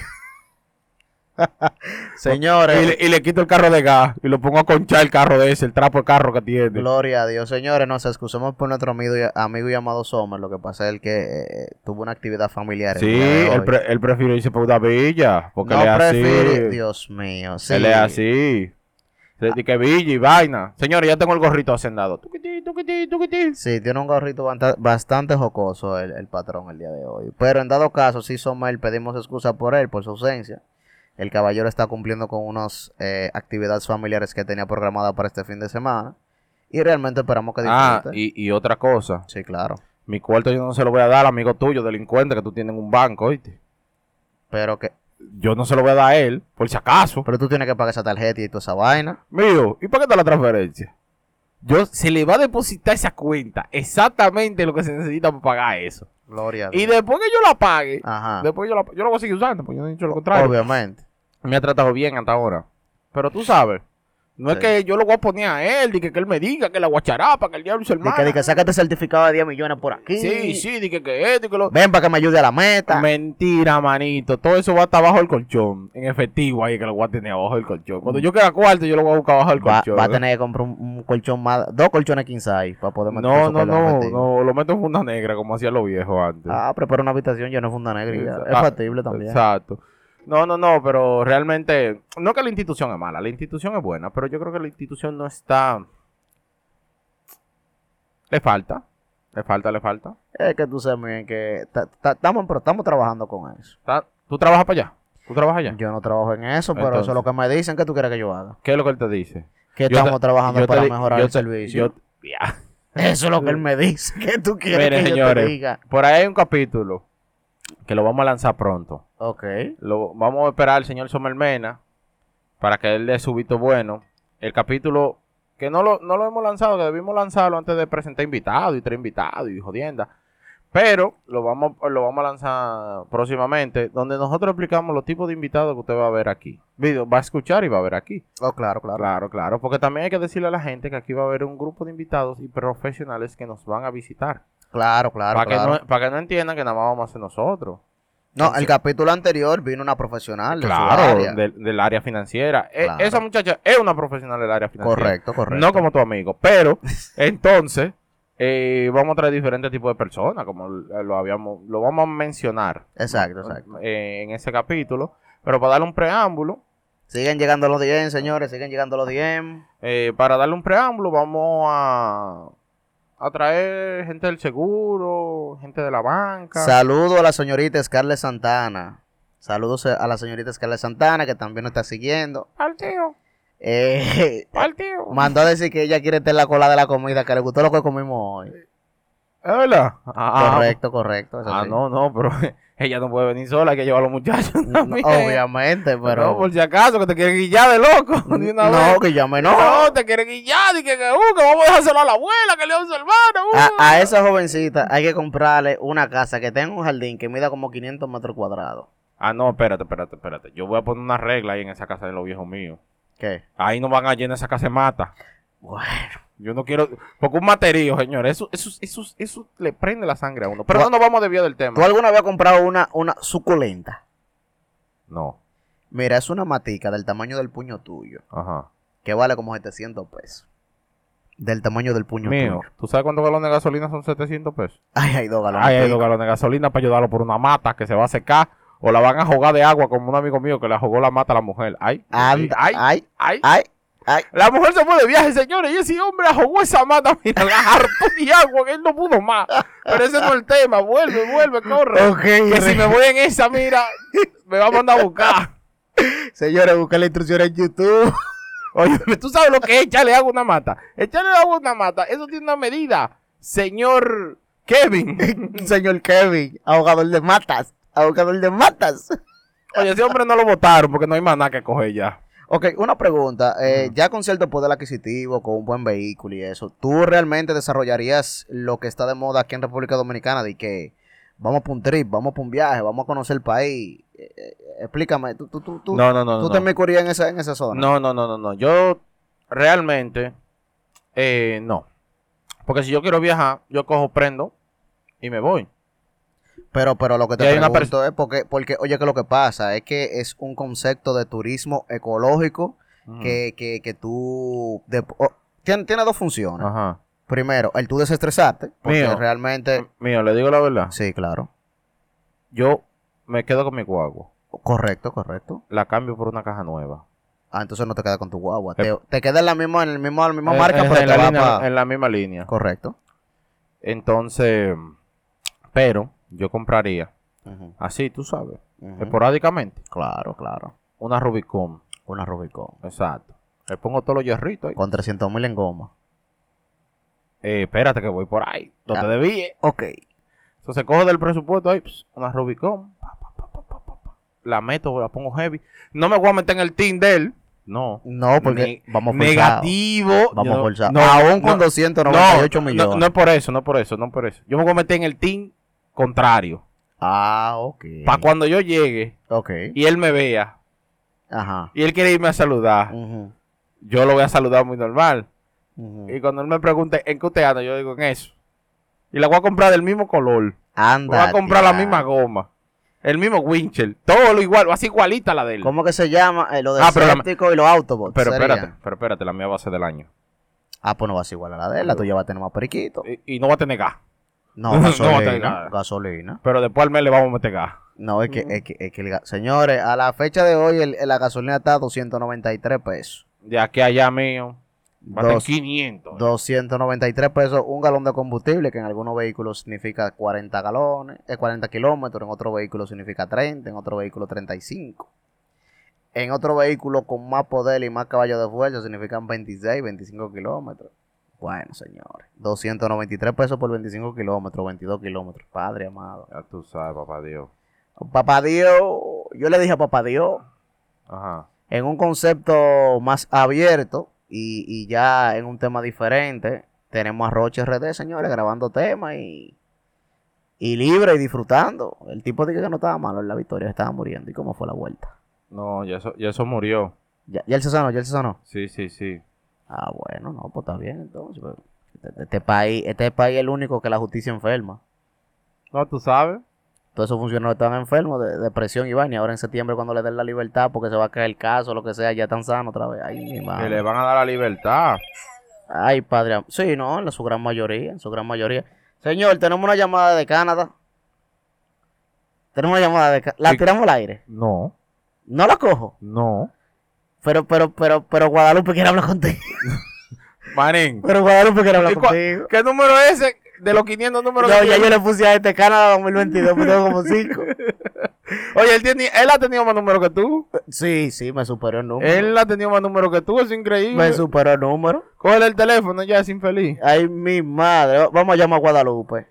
Señores, Y le, y le quito el carro de gas y lo pongo a conchar el carro de ese, el trapo de carro que tiene. gloria a Dios. Señores, nos excusamos por nuestro amigo, y- amigo llamado Sommer. Lo que pasa es que eh, tuvo una actividad familiar. el Sí, día de él, hoy. pre- él prefiere irse por una villa, porque No él es prefiere, así. Dios mío, sí. Él es así. De de que villa y vaina. Señores, ya tengo el gorrito hacendado. Tuquití, tuquití, tuquití. Sí, tiene un gorrito banta- bastante jocoso el, el patrón el día de hoy. Pero en dado caso, sí, Sommer, pedimos excusa por él, por su ausencia. El caballero está cumpliendo con unas eh, actividades familiares que tenía programadas para este fin de semana. Y realmente esperamos que Ah, disfrute. y, y otra cosa. Sí, claro. Mi cuarto yo no se lo voy a dar al amigo tuyo, delincuente, que tú tienes en un banco, ¿oíste? Pero que, Yo no se lo voy a dar a él, por si acaso. pero tú tienes que pagar esa tarjeta y toda esa vaina. Mío, ¿y para qué está la transferencia? Yo, se le va a depositar esa cuenta, exactamente lo que se necesita para pagar eso. Gloria a Y Dios. después que yo la pague, Ajá. después yo, la, yo lo voy a seguir usando, porque yo no he dicho lo contrario. Obviamente. Me ha tratado bien hasta ahora. Pero tú sabes, no es Sí. que yo lo voy a poner a él, de que, que él me diga que la guacharapa, que el diablo se Di que, di que sácate certificado de diez millones por aquí. Sí, sí, de que, que esto y que lo... Ven para que me ayude a la meta. Mentira, manito. Todo eso va a estar bajo el colchón. En efectivo, ahí que lo voy a tener abajo del colchón. Cuando yo quede cuarto, yo lo voy a buscar abajo del Va, colchón. va a tener que comprar un, un colchón más, dos colchones king size para poder meter No, esos no, colores no, efectivos. no. Lo meto en funda negra, como hacían los viejos antes. Ah, prepara una habitación llena de funda negra y ya. Es Ah, factible también. Exacto. No, no, no, pero realmente, no que la institución es mala, la institución es buena, pero yo creo que la institución no está... Le falta, le falta, le falta. Es que tú sabes muy bien que ta- ta- estamos pero estamos trabajando con eso. Está- ¿Tú trabajas para allá? ¿Tú trabajas allá? Yo no trabajo en eso, pero Entonces. eso es lo que me dicen que tú quieres que yo haga. ¿Qué es lo que él te dice? Que Yo estamos te- trabajando yo te para di- mejorar yo el te- servicio. yo- ya. Eso es lo que él me dice. Que tú quieres Mire, que yo señores, te diga. por ahí hay un capítulo que lo vamos a lanzar pronto. Ok. Lo, vamos a esperar al señor Somermena para que él dé su visto bueno. El capítulo que no lo, no lo hemos lanzado, que debimos lanzarlo antes de presentar invitados y tres invitados y jodienda. Pero lo vamos, lo vamos a lanzar próximamente, donde nosotros explicamos los tipos de invitados que usted va a ver aquí. Video, va a escuchar y va a ver aquí. Oh, claro, claro. Claro, claro, porque también hay que decirle a la gente que aquí va a haber un grupo de invitados y profesionales que nos van a visitar. Claro, claro, para, claro. que no, para que no entiendan que nada más vamos a ser nosotros. No, el capítulo anterior vino una profesional de su Claro, área. del, del área financiera. E- Claro. esa muchacha es una profesional del área financiera. Correcto, correcto. No como tu amigo. Pero, entonces, eh, vamos a traer diferentes tipos de personas, como lo habíamos, lo vamos a mencionar. Exacto, exacto. Eh, en ese capítulo. Pero para darle un preámbulo. Siguen llegando los D M, señores, siguen llegando los D M. Eh, para darle un preámbulo, vamos a, a traer gente del seguro, gente de la banca. Saludo a la señorita Scarlett Santana. Saludos a la señorita Scarlett Santana, que también nos está siguiendo. Al tío. Eh, Al tío. Mandó a decir que ella quiere tener la cola de la comida, que le gustó lo que comimos hoy. ¿Es verdad? Ah, correcto, correcto. Ah, sí. no, no, pero ella no puede venir sola, hay que llevar a los muchachos también. Obviamente, pero... No, por si acaso, que te quieren guillar de loco. De una no, vez. que llame no. No, te quieren guillar y que, que, uh, que vamos a dejárselo a la abuela, que le da a su hermano. Uh. A, a esa jovencita hay que comprarle una casa que tenga un jardín que mida como quinientos metros cuadrados. Ah, no, espérate, espérate, espérate. Yo voy a poner una regla ahí en esa casa de los viejos míos. ¿Qué? Ahí no van a llenar esa casa de mata. Bueno. Yo no quiero... Porque un materío, señores, eso, eso, eso, eso le prende la sangre a uno. Pero no nos vamos a desviar del tema. ¿Tú alguna vez has comprado una, una suculenta? No. Mira, es una matica del tamaño del puño tuyo. Ajá. Que vale como setecientos pesos. Del tamaño del puño Mío, tuyo. ¿tú sabes cuántos galones de gasolina son setecientos pesos? Ay, hay dos galones. Ay, hay dos galones de gasolina para ayudarlo por una mata que se va a secar. O la van a jugar de agua como un amigo mío que le jugó la mata a la mujer. Ay, Anda, ay, ay, ay, ay, ay. La mujer se fue de viaje, señores, y ese hombre jugó esa mata, mira, la hartó de agua, que él no pudo más. Pero ese no es el tema, vuelve, vuelve, corre. Ok, que re- si me voy en esa, mira, me va a mandar a buscar. Señores, busca la instrucción en YouTube. Oye, ¿tú sabes lo que es echarle agua a una mata? Echarle agua a una mata, eso tiene una medida, señor Kevin. Señor Kevin, ahogador de matas. Ahogador de matas. Oye, ese hombre no lo votaron porque no hay más nada que coger ya. Ok, una pregunta. Eh, Ujú. Ya con cierto poder adquisitivo, con un buen vehículo y eso, ¿tú realmente desarrollarías lo que está de moda aquí en República Dominicana? De que vamos para un trip, vamos para un viaje, vamos a conocer el país. Eh, eh, explícame, ¿tú, tú, tú, tú, No, no, no, ¿tú no. te meterías en esa, en esa zona? No, no, no, no, no. Yo realmente eh, no. Porque si yo quiero viajar, yo cojo, prendo y me voy. Pero, pero lo que Y te hay una pregunto es porque, porque, oye, que lo que pasa es que es un concepto de turismo ecológico que, que, que tú... de- oh, tiene, tiene dos funciones. Ajá. Primero, el tú desestresarte, porque Mío. realmente... Mío, le digo la verdad. Sí, claro. Yo me quedo con mi guagua. Correcto, correcto. La cambio por una caja nueva. Ah, entonces no te quedas con tu guagua. Eh, Te, te queda en la misma, en el mismo, la misma Eh, marca, eh, pero en, te la va línea- pa- en la misma línea. Correcto. Entonces, pero yo compraría, Ujú, así tú sabes, ujú. esporádicamente, Claro, claro. una Rubicon. Una Rubicon. Exacto. Le pongo todos los hierritos ahí. Con trescientos mil en goma. Eh, espérate que voy por ahí. No te Ah. desvíes. Ok. Entonces cojo del presupuesto ahí, pss, una Rubicon. Pa, pa, pa, pa, pa, pa, pa. La meto, la pongo heavy. No me voy a meter en el team de él. No. No, porque Ne- vamos forzados. negativo. Vamos Yo no- forzados. no, Aún con no, doscientos noventa y ocho no, millones. No, no es por eso, no es por eso, no es por eso. Yo me voy a meter en el team contrario. Ah, ok. Para cuando yo llegue Ok. y él me vea Ajá. y él quiere irme a saludar, Ujú, yo lo voy a saludar muy normal. ujú. Y cuando él me pregunte en qué usted anda, yo digo en eso. Y la voy a comprar del mismo color. Anda. Voy a comprar la tía. misma goma. El mismo winchell. Todo lo igual, así igualita la de él. ¿Cómo que se llama? Eh, lo de Ah, pero la- Séptico y los Autobots. Pero serían. espérate, pero espérate, la mía va a ser del año. Ah, pues no vas igual a la de él. La tuya va a tener más periquito. Y, y no va a tener gas. No, no va a gasolina. tener nada. gasolina. Pero después al mes le vamos a meter gas. No, es que, es que, es que el ga- señores, a la fecha de hoy el- la gasolina está a doscientos noventa y tres pesos. De aquí a allá mío, va a Dos- tener quinientos. doscientos noventa y tres pesos un galón de combustible, que en algunos vehículos significa cuarenta galones, eh, cuarenta kilómetros, en otro vehículo significa treinta, en otro vehículo treinta y cinco. En otro vehículo con más poder y más caballo de fuerza significan veintiséis, veinticinco kilómetros. Bueno, señores, doscientos noventa y tres pesos por veinticinco kilómetros, veintidós kilómetros. Padre amado. Ya tú sabes, papá Dios. Papá Dios, yo le dije a Papá Dios, Ajá. en un concepto más abierto y, y ya en un tema diferente, tenemos a Roche R D, señores, grabando temas y, y libre y disfrutando. El tipo dice que no estaba malo en la victoria, estaba muriendo. ¿Y cómo fue la vuelta? No, ya eso, ya eso murió. Ya, ya él se sanó, ya él se sanó. Sí, sí, sí. Ah, bueno, no, pues está bien entonces. Pues, Este, este país, este país es el único que la justicia enferma. No, tú sabes. Todos esos funcionarios estaban enfermos de depresión y vaina. Y ahora en septiembre, cuando le den la libertad, porque se va a caer el caso, lo que sea, ya están sanos otra vez. Ay, mi Que madre. le van a dar la libertad. Ay, padre. am- Sí, no, en la- su gran mayoría, en su gran mayoría. Señor, tenemos una llamada de Canadá. Tenemos una llamada de Canadá. La Sí. tiramos al aire. No, No la cojo. no. Pero, pero, pero, pero Guadalupe quiere hablar contigo. Manín. Pero Guadalupe quiere hablar ¿Y cua- contigo. ¿Qué número es ese? De los quinientos números No, que ya tiene. yo le puse a este Canadá dos mil veintidós, me tengo como cinco. Oye, él, tiene, él ha tenido más números que tú. Sí, sí, me superó el número. Él ha tenido más números que tú, es increíble. Me superó el número. Cógele el teléfono, ya es infeliz. Ay, mi madre. Vamos a llamar a Guadalupe.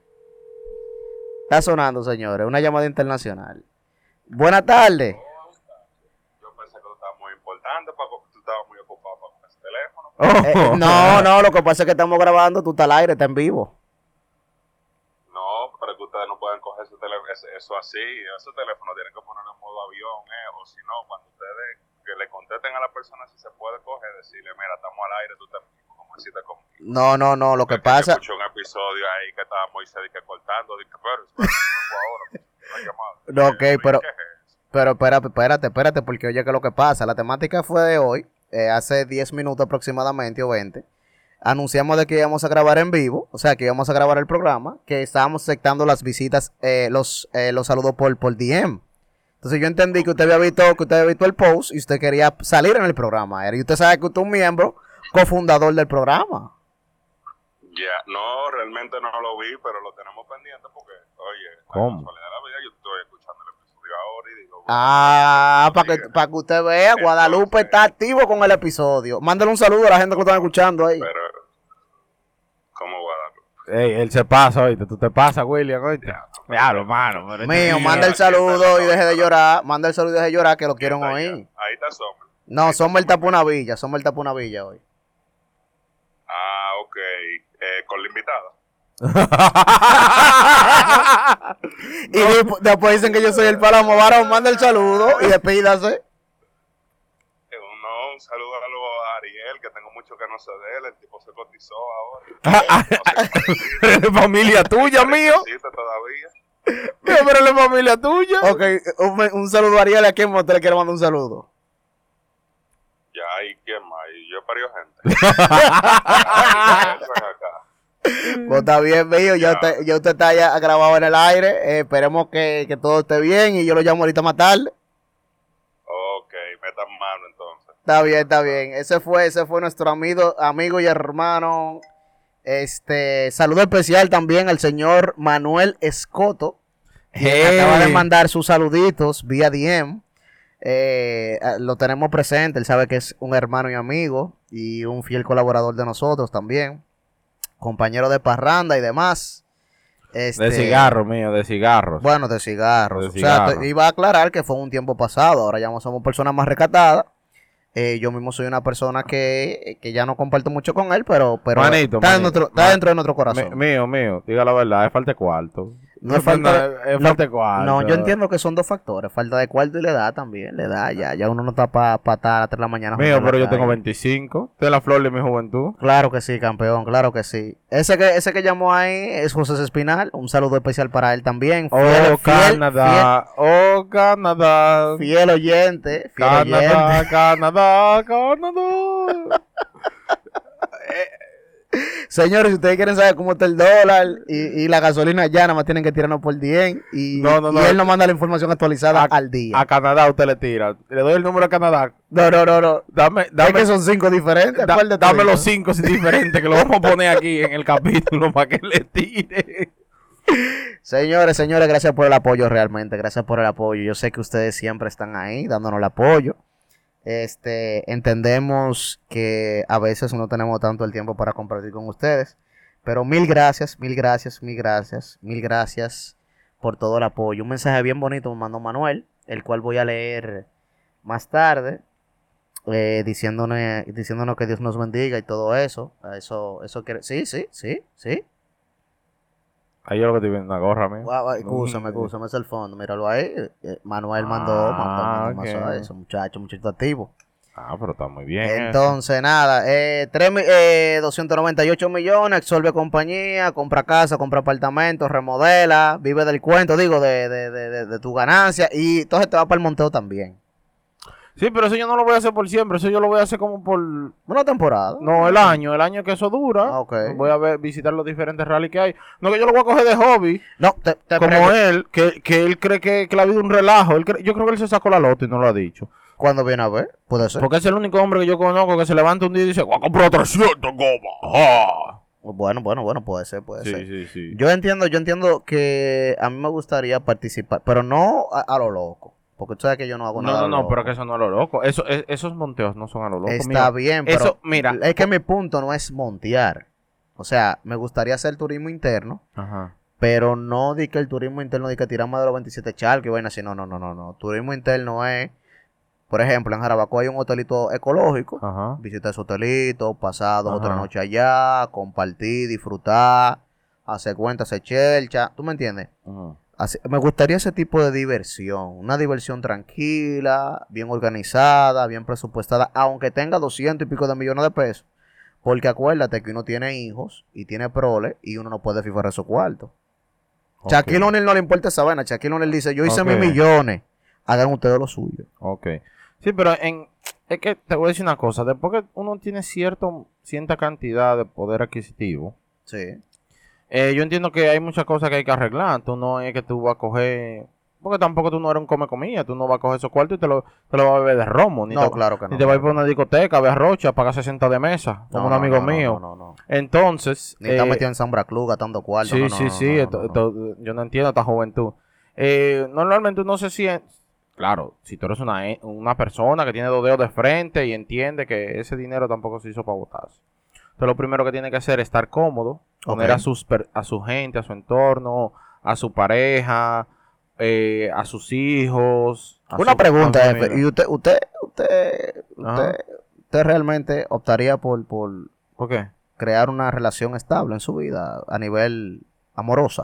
Está sonando, señores. Una llamada internacional. Buenas tardes. Yo pensé que tú estabas muy importante, Paco, que tú estabas muy ocupado con ese teléfono. Eh, no, no, lo que pasa es que estamos grabando, tú estás al aire, está en vivo. No, pero es que ustedes no pueden coger ese tele- ese- eso así. Ese teléfono tienen que ponerlo en modo avión, eh, o si no, cuando ustedes que le contesten a la persona si se puede coger, decirle, mira, estamos al aire, tú te como hiciste conmigo. No, no, no, lo que Porque pasa... Yo escuché un episodio ahí que estaba Moisés de que cortando, dije, pero espera, no fue ahora, una llamada. No, ok, Eh, pero- ¿qué es eso? Pero espérate, espérate, espérate, porque oye, que lo que pasa, la temática fue de hoy, eh, hace diez minutos aproximadamente o veinte. Anunciamos de que íbamos a grabar en vivo, o sea, que íbamos a grabar el programa, que estábamos aceptando las visitas, eh, los, eh, los saludos por, por D M. Entonces yo entendí que usted había visto, que usted había visto el post y usted quería salir en el programa. Y usted sabe que usted es un miembro cofundador del programa. Ya, no, realmente no lo vi, pero lo tenemos pendiente porque, oye, ¿Cómo? la casualidad de la vida, yo estoy escuchando el episodio ahora y digo, Ah, para que, Diga. para que usted vea, Guadalupe Entonces- está activo con el episodio. Mándale un saludo a la gente que lo están escuchando ahí. pero, ¿cómo Guadalupe? Ey, él se pasa, oíste. Tú te pasas, William, oíste. Claro, mano. pero este Mío, niño- manda el saludo y deje de llorar. Manda el saludo y deje de llorar que lo quieren Ahí oír. está, ahí está Sommer. No, somos el tapó una villa, somos el tapó una villa hoy. Ah, ok. Eh, con la invitada. Y despu- después dicen que yo soy el palomo varón, manda el saludo y despídase. Eh, no, un saludo a, lo- a Ariel, que tengo mucho que no sé de él. El tipo se cotizó ahora. No sé cuánto Es familia tuya, mío. necesita todavía. Mío, pero él es familia tuya. Ok, un, un saludo a Ariel, ¿a quién más usted le quiere mandar un saludo? Ya, ¿y quién más? Y yo he parido gente. Ay, ven acá. Pues está bien, mío, ya usted, ya usted está ya grabado en el aire. Eh, esperemos que, que todo esté bien y yo lo llamo ahorita más tarde. Ok, metan mano entonces. Está bien, está bien. Ese fue, ese fue nuestro amigo, amigo y hermano. Este, saludo especial también al señor Manuel Escoto, quien Hey. acaba de mandar sus saluditos vía D M. Eh, eh, lo tenemos presente, él sabe que es un hermano y amigo y un fiel colaborador de nosotros también, compañero de parranda y demás. Este, De cigarros, mío, de cigarros. Bueno, de cigarros. De O sea, cigarros. te- iba a aclarar que fue un tiempo pasado, ahora ya no somos personas más recatadas. Eh, yo mismo soy una persona que, que ya no comparto mucho con él, pero, pero Manito, está, en manito. nuestro- está Ma- dentro de nuestro corazón. Mi- mío, mío, diga la verdad, es falta de cuarto. No es falta de- es no, falta de cuarto. No, yo entiendo que son dos factores, falta de cuarto y la edad también, la edad, ya, ya uno no está para pa estar a tres de la mañana. Mío, jugando en pero la yo tengo calle. veinticinco. De la flor de mi juventud. Claro que sí, campeón, claro que sí. Ese que, ese que llamó ahí es José Espinal, un saludo especial para él también. Oh, Fiel- fiel- Canadá. Oh, Canadá. Fiel, fiel oyente, fiel oyente. Canadá, Canadá, Canadá. Señores, si ustedes quieren saber cómo está el dólar y, y la gasolina ya nada más tienen que tirarnos por D M y, No, no, y no. él nos manda la información actualizada A- al día. A Canadá usted le tira. Le doy el número a Canadá. no, no, no, no. Dame, Es dame, que son cinco diferentes. da- ¿cuál de dame todito? los cinco diferentes que lo vamos a poner aquí en el capítulo para que le tire. Señores, señores, gracias por el apoyo realmente, gracias por el apoyo. Yo sé que ustedes siempre están ahí dándonos el apoyo. Este, entendemos que a veces no tenemos tanto el tiempo para compartir con ustedes, pero mil gracias, mil gracias, mil gracias, mil gracias por todo el apoyo. Un mensaje bien bonito me mandó Manuel, el cual voy a leer más tarde, eh, diciéndonos, diciéndonos que Dios nos bendiga y todo eso. Eso, eso quiere, sí, sí, sí, sí. Ahí yo lo que estoy viendo, una gorra, mío. Guau, Escúchame, escúchame, es el fondo, míralo ahí. Eh, Manuel mandó, Ah, mandó, mandó ok. más a eso, muchacho, muchacho activo. Ah, pero está muy bien. eso. Entonces, nada, eh, tres mi- eh, doscientos noventa y ocho millones, absorbe compañía, compra casa, compra apartamentos, remodela, vive del cuento, digo, de, de, de, de, de tu ganancia y entonces te va para el monteo también. Sí, pero eso yo no lo voy a hacer por siempre. Eso yo lo voy a hacer como por... Una temporada. No, el año. El año que eso dura. Ah, ok. Voy a ver, visitar los diferentes rallies que hay. No, que yo lo voy a coger de hobby. No, te, te Como pregunto, él, que, que él cree que, que la vida es un relajo. Él cree- yo creo que él se sacó la loto y no lo ha dicho. ¿cuándo viene a ver? Puede ser. Porque es el único hombre que yo conozco que se levanta un día y dice, voy a comprar trescientos gomas. ¡Ah! Bueno, bueno, bueno, puede ser, puede Sí, ser. sí, sí. Yo entiendo, yo entiendo que a mí me gustaría participar, pero no a, a lo loco. Porque tú sabes que yo no hago No, nada. no, a lo no, pero loco. que eso no es lo loco. Eso, es- esos monteos no son a lo loco. Está mío. bien, pero Eso, mira. es que mi punto no es montear. O sea, me gustaría hacer turismo interno, Ajá. pero no di que el turismo interno di que tiramos de los veintisiete charcos y vaina así. No, no, no, no, no. Turismo interno es, por ejemplo, en Jarabacoa hay un hotelito ecológico. Ajá. Visitar ese hotelito, pasar dos o tres Ajá. noches allá, compartir, disfrutar, hacer cuentas, hacer chelcha. ¿Tú me entiendes? Ajá. Así- me gustaría ese tipo de diversión, una diversión tranquila, bien organizada, bien presupuestada, aunque tenga doscientos y pico de millones de pesos. Porque acuérdate que uno tiene hijos y tiene proles y uno no puede fijar esos cuartos. Ok. Shaquille O'Neal no le importa esa vaina. Shaquille O'Neal dice, yo hice Ok. mis millones, hagan ustedes lo suyo. Ok. Sí, pero en, es que te voy a decir una cosa. Después que uno tiene cierto, cierta cantidad de poder adquisitivo, Sí. eh, yo entiendo que hay muchas cosas que hay que arreglar. Tú no es que tú vas a coger... Porque tampoco tú no eres un come comida. Tú no vas a coger esos cuartos y te lo, te lo vas a beber de romo. Ni No, te, claro que no. ni te vas a ir por una discoteca, a ver a Rocha, pagar sesenta de mesa, como No, un no, amigo no, no, mío. No, no, no. Entonces... Ni está eh, metido en Zambra Club gastando cuartos. Sí, no, no, sí, no, sí, no, no, esto- no, no. esto- yo no entiendo esta juventud. Eh, normalmente uno se siente, claro, si tú eres una, e- una persona que tiene dos dedos de frente y entiende que ese dinero tampoco se hizo para botarse. Entonces lo primero que tiene que hacer es estar cómodo, poner Ok. a, sus per- a su gente, a su entorno, a su pareja, eh, a sus hijos. a Una su pregunta, familia. jefe. ¿Y usted, usted, usted, Ajá. usted, usted realmente optaría por, por ¿Por qué? crear una relación estable en su vida a nivel amorosa?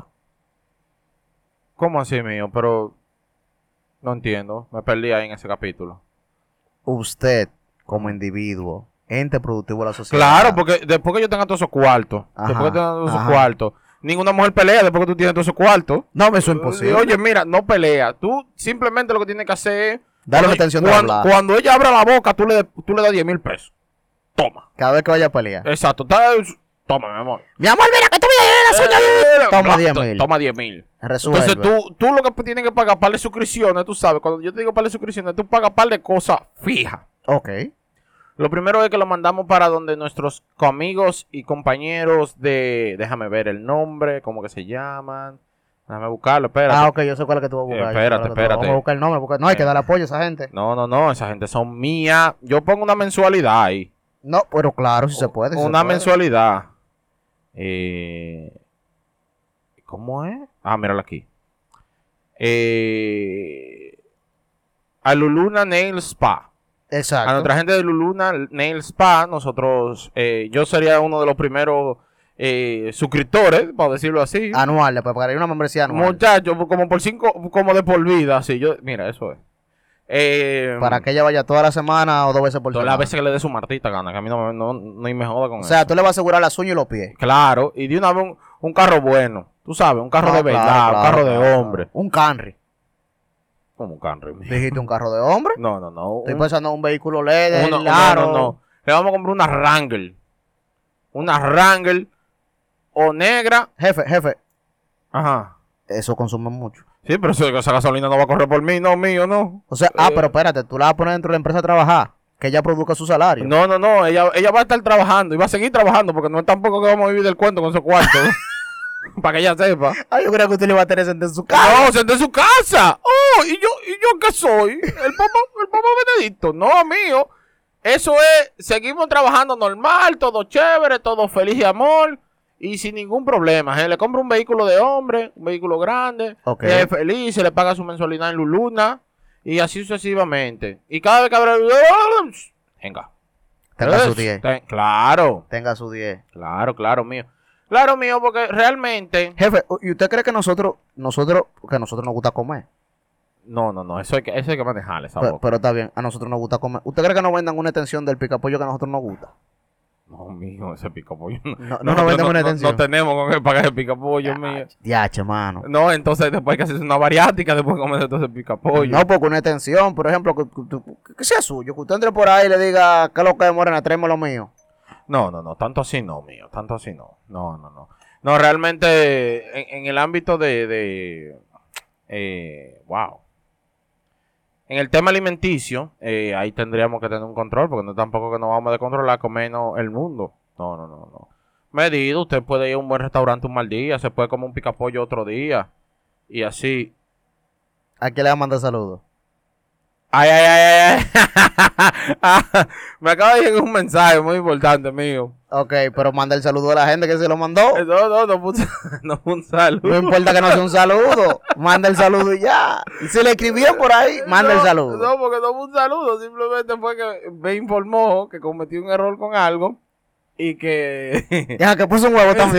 ¿Cómo así, mío? Pero no entiendo, me perdí ahí en ese capítulo. Usted, como individuo, ente productivo de la sociedad. Claro, porque después que yo tenga todos esos cuartos, Ajá, después que tenga todos esos ajá. cuartos, ninguna mujer pelea después que tú tienes todos esos cuartos. No, eso es Eh, imposible. Oye, mira, no pelea. Tú simplemente lo que tienes que hacer es... Dale la cuando- atención de cuando, hablar. cuando ella abra la boca, tú le, tú le das diez mil pesos. Toma. Cada vez que vaya a pelear. Exacto. Está- Toma, mi amor. Mi amor, mira que tú me la suya. Eh, Toma bla- diez to- mil. Toma diez mil. Resuelve. Entonces tú, tú lo que tienes que pagar par de suscripciones, tú sabes, cuando yo te digo par de suscripciones, tú pagas par de cosas fijas. Ok. Lo primero es que lo mandamos para donde nuestros amigos y compañeros de... Déjame ver el nombre, cómo que se llaman. Déjame buscarlo, espérate. Ah, ok, yo sé cuál es que tú vas a buscar. Eh, yo sé espérate, cuál es que tú vas a- espérate. Vamos a buscar el nombre. Porque no hay que Eh. darle apoyo a esa gente. No, no, no, esa gente son mías. Yo pongo una mensualidad ahí. No, pero claro, si se puede. si se Una puede. mensualidad. Eh, ¿Cómo es? Ah, míralo aquí. Eh, a Luluna Nail Spa. Exacto. A nuestra gente de Luluna Nail Spa, nosotros, eh, yo sería uno de los primeros eh, suscriptores, por decirlo así. Anual, le puede pagar una membresía anual. Muchachos, como por cinco, como de por vida, así. Yo, mira, eso es. Eh, Para que ella vaya toda la semana o dos veces por todas semana. las veces que le dé su martita gana, que a mí no me, no, no me joda con O sea, eso. tú le vas a asegurar las uñas y los pies. Claro, y de una vez un, un carro bueno, tú sabes, un carro No, de claro, verdad, un claro, carro de claro, hombre. claro. Un Camry. Como un Camry, mijo. Dijiste un carro de hombre. No, no, no. Estoy un- pensando en un vehículo L E D, uno- claro. no, no, no. Le vamos a comprar una Wrangler. Una Wrangler o negra. Jefe, jefe, Ajá. eso consume mucho. Sí, pero esa esa gasolina no va a correr por mí, no, mío, no. O sea, ah, Eh. pero espérate, tú la vas a poner dentro de la empresa a trabajar. Que ella produzca su salario. No, no, no. Ella, ella va a estar trabajando y va a seguir trabajando porque no es tampoco que vamos a vivir del cuento con esos cuartos. Para que ella sepa. Ah, yo creo que usted le va a tener sentada en su casa. No, senté en su casa. Oh, ¿y yo, ¿y yo qué soy? El Papa, el Papa Benedicto. No, mío. Eso es, seguimos trabajando normal, todo chévere, todo feliz y amor. Y sin ningún problema. ¿eh? Le compra un vehículo de hombre, un vehículo grande. Ok. ella es feliz, se le paga su mensualidad en Luluna. Y así sucesivamente. Y cada vez que abre... Venga. Tenga su Es- diez. ten- Claro, Tenga su diez. claro, claro, mío. Claro, mío, porque realmente... Jefe, ¿y usted cree que nosotros, nosotros, que a nosotros nos gusta comer? No, no, no, eso hay que, eso hay que manejarle esa Pero, boca. pero está bien, a nosotros nos gusta comer. ¿Usted cree que nos vendan una extensión del picapollo que a nosotros nos gusta? No, mijo, ese picapollo. No, No, no, no vendemos una no, atención. no tenemos con qué pagar ese picapollo, mío. Diache, mano. No, entonces después hay que hacer una bariátrica después de comer todo ese picapollo. No, porque una extensión, por ejemplo, que, que- que sea suyo, que usted entre por ahí y le diga, ¿qué es lo que es, Morena? Tráeme lo mío. No, no, no, tanto así no, mío, tanto así no. No, no, no. No, realmente en, en el ámbito de, de eh, wow. En el tema alimenticio, eh, ahí tendríamos que tener un control, porque no tampoco que nos vamos a descontrolar comernos el mundo. No, no, no, no. Medido, usted puede ir a un buen restaurante un mal día, se puede comer un picapollo otro día, y así. ¿A quién le va a mandar saludos? Ay, ay, ay, ay. Ah, me acaba de llegar un mensaje muy importante mío. Ok, pero manda el saludo a la gente que se lo mandó. Eh, No, no, no fue un, no fue un saludo. No importa que no sea un saludo, manda el saludo y ya. Y si le escribieron por ahí, manda el No, saludo. No, porque no fue un saludo, simplemente fue que me informó que cometí un error con algo y que... Ya, que puso un huevo también.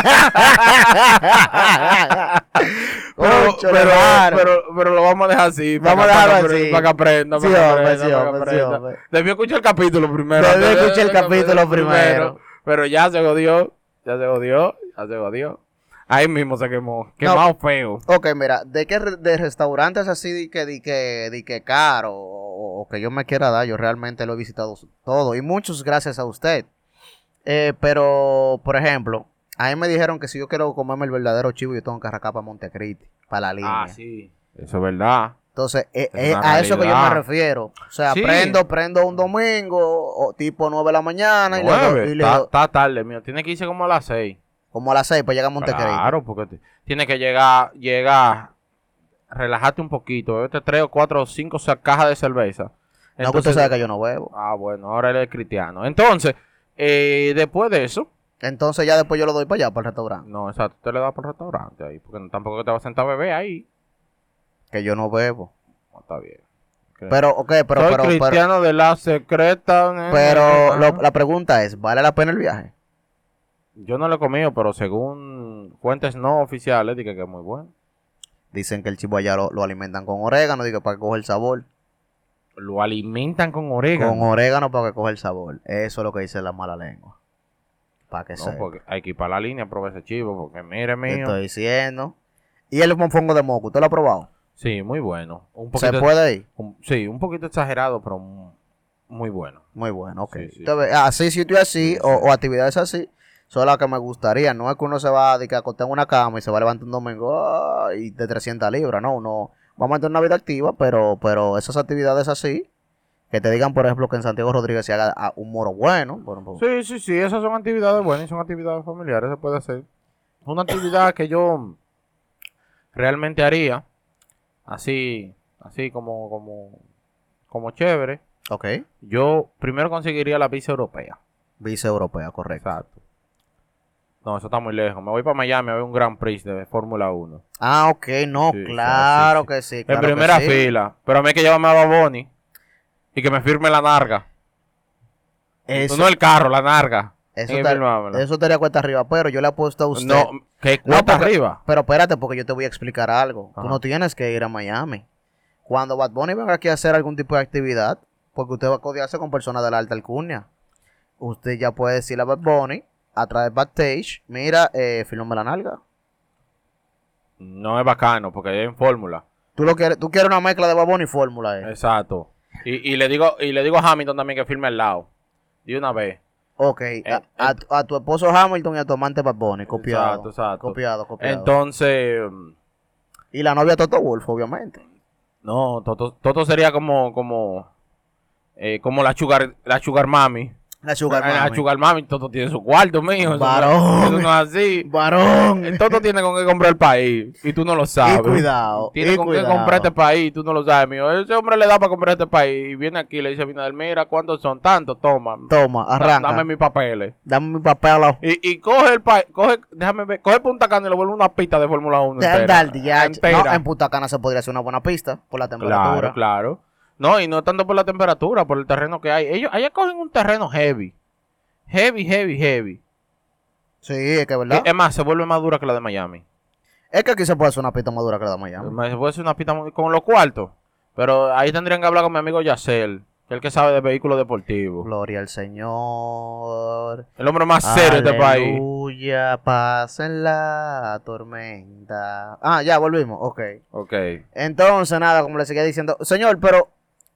pero, Concho, pero, claro. pero, pero lo vamos a dejar así. Vamos para, a dejarlo para, así. Para que aprenda. Sí, Para que hombre, aprenda, sí, para que hombre, sí, aprenda. hombre. Debió escuchar el capítulo primero. Debió antes de- escuchar el capítulo primero. Pero ya se jodió. Ya se jodió. Ya se jodió. Ahí mismo se quemó. Quemado feo. Ok, mira, de que re- de restaurantes así de que, de que, de que caro o, o que yo me quiera dar, yo realmente lo he visitado todo y muchos gracias a usted. Eh, pero, por ejemplo, a mí me dijeron que si yo quiero comerme el verdadero chivo, yo tengo que arrancar para Montecristi, para la línea. Ah, sí. Eso es verdad. Entonces, eh, Es eh, una a eso que yo me realidad. refiero. O sea, Sí. prendo, prendo un domingo, o tipo nueve de la mañana, y le doy- Nueve. y le Está doy- está tarde, mío. Tiene que irse como a las seis. como a las seis para llegar a Montecristi. Claro, porque t- tiene que llegar, llegar, relajarte un poquito, bebete tres o cuatro o cinco sa- cajas de cerveza. No, que usted Entonces- sabe que yo no bebo. Ah, bueno, ahora él es cristiano. Entonces, eh, después de eso, Entonces ya después yo lo doy para allá, para el restaurante. no, exacto, usted le da por el restaurante ahí, porque no- tampoco te va a sentar a beber ahí. Que yo no bebo. No, está bien. Ok. Pero, ok, pero, Soy pero, pero, cristiano de la secreta. pero eh, lo- ah. la pregunta es, ¿vale la pena el viaje? Yo no lo he comido, pero según fuentes no oficiales, dije que es muy bueno. Dicen que el chivo allá lo, lo alimentan con orégano, digo, para que coja el sabor. Lo alimentan con orégano. Con orégano para que coja el sabor. Eso es lo que dice la mala lengua. Para que No, sepa. porque hay que ir para la línea a probar ese chivo, porque mire, Te mío. estoy diciendo. Y el mofongo de moco, ¿usted lo ha probado? Sí, muy bueno. Un ¿Se poquito, puede ir? un- sí, un poquito exagerado, pero mu- muy bueno. Muy bueno, ok. Sí, sí. Entonces, así, sitio así, Sí, o, sí. o actividades así, son las que me gustaría. No es que uno se va a, de que acostar en una cama y se va a levantar un domingo ay, de trescientas libras, no. Uno va a mantener una vida activa, pero, pero esas actividades así, que te digan, por ejemplo, que en Santiago Rodríguez se haga ah, un moro bueno. Por ejemplo, Sí, sí, sí, esas son actividades buenas y son actividades familiares, se puede hacer. Una actividad que yo realmente haría, así, así como, como, como chévere, ok. yo primero conseguiría la visa europea. Vice europea, correcto. Exacto. No, eso está muy lejos. Me voy para Miami a ver un Grand Prix de Fórmula uno. Ah, ok, no, Sí, claro sí, sí. que sí. En claro que primera sí. fila. Pero a mí hay que llevarme a Baboni y que me firme la narga. Eso, No el carro, la narga. eso, Hay que te- firmármela. eso estaría cuesta arriba, pero yo le apuesto a usted. No, que No, cuesta porque- arriba. Pero espérate, porque yo te voy a explicar algo. Tú Ajá. no tienes que ir a Miami. Cuando Bad Bunny venga aquí a hacer algún tipo de actividad, porque usted va a codearse con personas de la alta alcurnia, usted ya puede decirle a Bad Bunny, a través de backstage, mira, eh, fírmame la nalga. No es bacano porque es en fórmula. Tú, lo quieres, tú quieres una mezcla de Bad Bunny y fórmula. Eh. Exacto. Y, y le digo y le digo a Hamilton también que firme al lado. De una vez. Ok, Eh, a, a tu- a tu esposo Hamilton y a tu amante Bad Bunny, copiado. Exacto, exacto. Copiado, copiado. Entonces, y la novia Toto Wolf, obviamente. no, Toto, Toto sería como, como, eh, como la sugar, la sugar mami. La Sugar La Mami. sugar mami, Toto tiene su cuarto, mijo. Eso, Varón. eso no es así. Varón. El Toto tiene con qué comprar el país y tú no lo sabes. Y cuidado, Tiene y con cuidado. qué comprar este país y tú no lo sabes, mijo. Ese hombre le da para comprar este país y viene aquí y le dice a Abinader, mira, ¿cuántos son? Tantos, toma. Toma, Da- arranca. Dame mis papeles. Dame mi papel. a- Y, y coge el país, coge, déjame ver, coge Punta Cana y le vuelve una pista de Fórmula uno De entera. andar, ya, entera. no, en Punta Cana se podría hacer una buena pista por la temperatura. Claro, claro. No, y no tanto por la temperatura, por el terreno que hay. Ellos, allá cogen un terreno heavy. Heavy, heavy, heavy. Sí, es que es verdad. Es más, se vuelve más dura que la de Miami. Es que aquí se puede hacer una pista más dura que la de Miami. Se puede hacer una pista muy- con los cuartos. Pero ahí tendrían que hablar con mi amigo Yacel. Que es el que sabe de vehículos deportivos. Gloria al Señor. El hombre más serio de este país. Aleluya, paz en la tormenta. Ah, ya volvimos, ok. Ok. Entonces, nada, como le seguía diciendo, señor, pero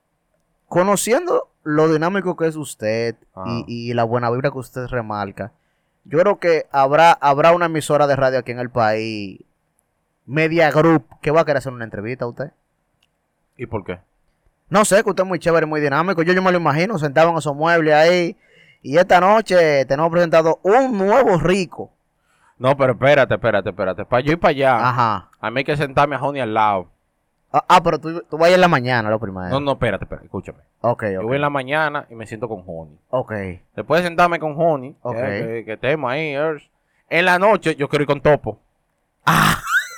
conociendo lo dinámico que es usted Ajá. y, y la buena vibra que usted remarca, yo creo que habrá, habrá una emisora de radio aquí en el país, Media Group, que va a querer hacer una entrevista a usted. ¿Y por qué? No sé, que usted es muy chévere, muy dinámico. Yo, yo me lo imagino, sentado en esos muebles ahí. Y esta noche tenemos presentado un nuevo rico. No, pero espérate, espérate, espérate. Para yo ir para allá, Ajá. a mí hay que sentarme a Joni al lado. Ah, ah, pero tú, tú vas a ir en la mañana, lo primero. No, no, espérate, espérate, escúchame. Ok, Yo ok. voy en la mañana y me siento con Joni. Ok. Después de sentarme con Joni, Ok. que, que, que estemos ahí, er, en la noche yo quiero ir con Topo. Ah,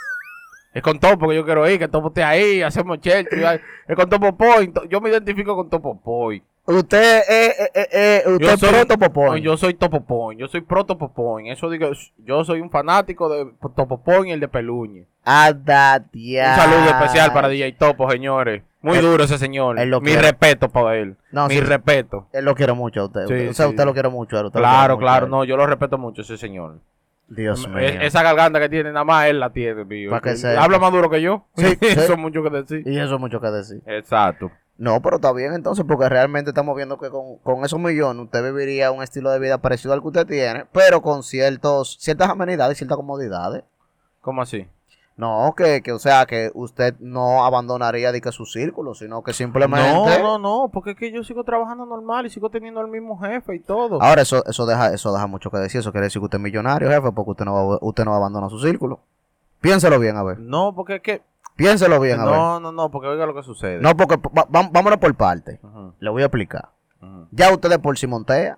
Es con Topo que yo quiero ir, que Topo esté ahí, hacemos chelto. Es con Topo Point. Yo me identifico con Topo Point. usted es eh, eh, eh, usted Yo es soy- pronto popón. Yo soy Topo Point, yo soy pro Topo Point. Eso digo, yo soy un fanático de Topo Point y el de Peluñe. Ada, Un saludo especial para D J Topo, señores. Muy Él- duro ese señor. él lo Mi quiere. respeto para él. No, Mi sí. respeto. Él lo quiere mucho a usted. Sí, Usted- o sea, sí. usted lo quiere mucho a él. usted lo Claro, quiere mucho a claro. él. No, yo lo respeto mucho ese señor. Dios mío. Es- esa garganta que tiene, nada más él la tiene, mío. Pa' que Él sepa. Habla más duro que yo. Sí, sí. Eso es mucho que decir. Y eso es mucho que decir. Exacto. No, pero está bien entonces, porque realmente estamos viendo que con, con esos millones usted viviría un estilo de vida parecido al que usted tiene, pero con ciertos, ciertas amenidades y ciertas comodidades. ¿Cómo así? No, que, que o sea, que usted no abandonaría de que su círculo, sino que simplemente... No, no, no, porque es que yo sigo trabajando normal y sigo teniendo el mismo jefe y todo. Ahora, eso, eso, deja, eso deja mucho que decir. Eso quiere decir que usted es millonario, jefe, porque usted no, va, usted no abandona su círculo. Piénselo bien, a ver. No, porque es que... Piénselo bien, a ver. No, no, no, porque oiga lo que sucede. No, porque va- va- vámonos por parte. Ujú, Le voy a explicar. ujú. Ya ustedes por si montea.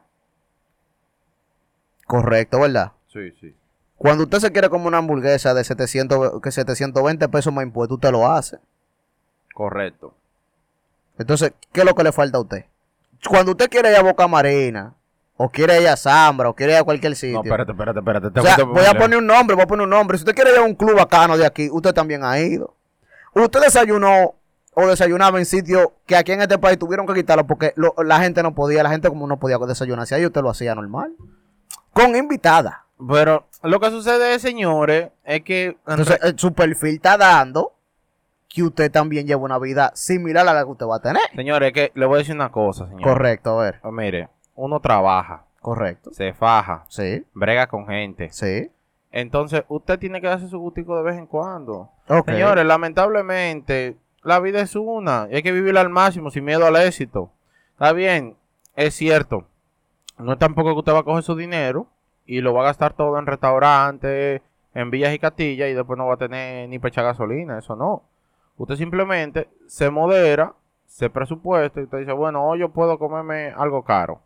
Correcto, ¿verdad? Sí, sí. Cuando usted se quiere comer una hamburguesa de setecientos, que setecientos veinte pesos más impuestos, usted lo hace. Correcto. Entonces, ¿qué es lo que le falta a usted? Cuando usted quiere ir a Boca Marina, o quiere ir a Zambra, o quiere ir a cualquier sitio. No, espérate, espérate, espérate. te O sea, fuiste voy a muy poner un nombre, voy a poner un nombre. Si usted quiere ir a un club bacano de aquí, usted también ha ido. Usted desayunó o desayunaba en sitios que aquí en este país tuvieron que quitarlo porque lo- la gente no podía, la gente como no podía desayunarse ahí, usted lo hacía normal. Con invitada. lejos. Pero lo que sucede, señores, es que... Entonces, eh, su perfil está dando que usted también lleva una vida similar a la que usted va a tener. Señores, es que le voy a decir una cosa, señor. Correcto, a ver. Pues mire, uno trabaja, Correcto. se faja, Sí, brega con gente. sí. Entonces, usted tiene que darse su gustico de vez en cuando. Ok. Señores, lamentablemente, la vida es una y hay que vivirla al máximo sin miedo al éxito. Está bien, es cierto. No es tampoco que usted va a coger su dinero y lo va a gastar todo en restaurantes, en villas y castillas y después no va a tener ni pecha gasolina. Eso no. Usted simplemente se modera, se presupuesta y usted dice, bueno, hoy yo puedo comerme algo caro.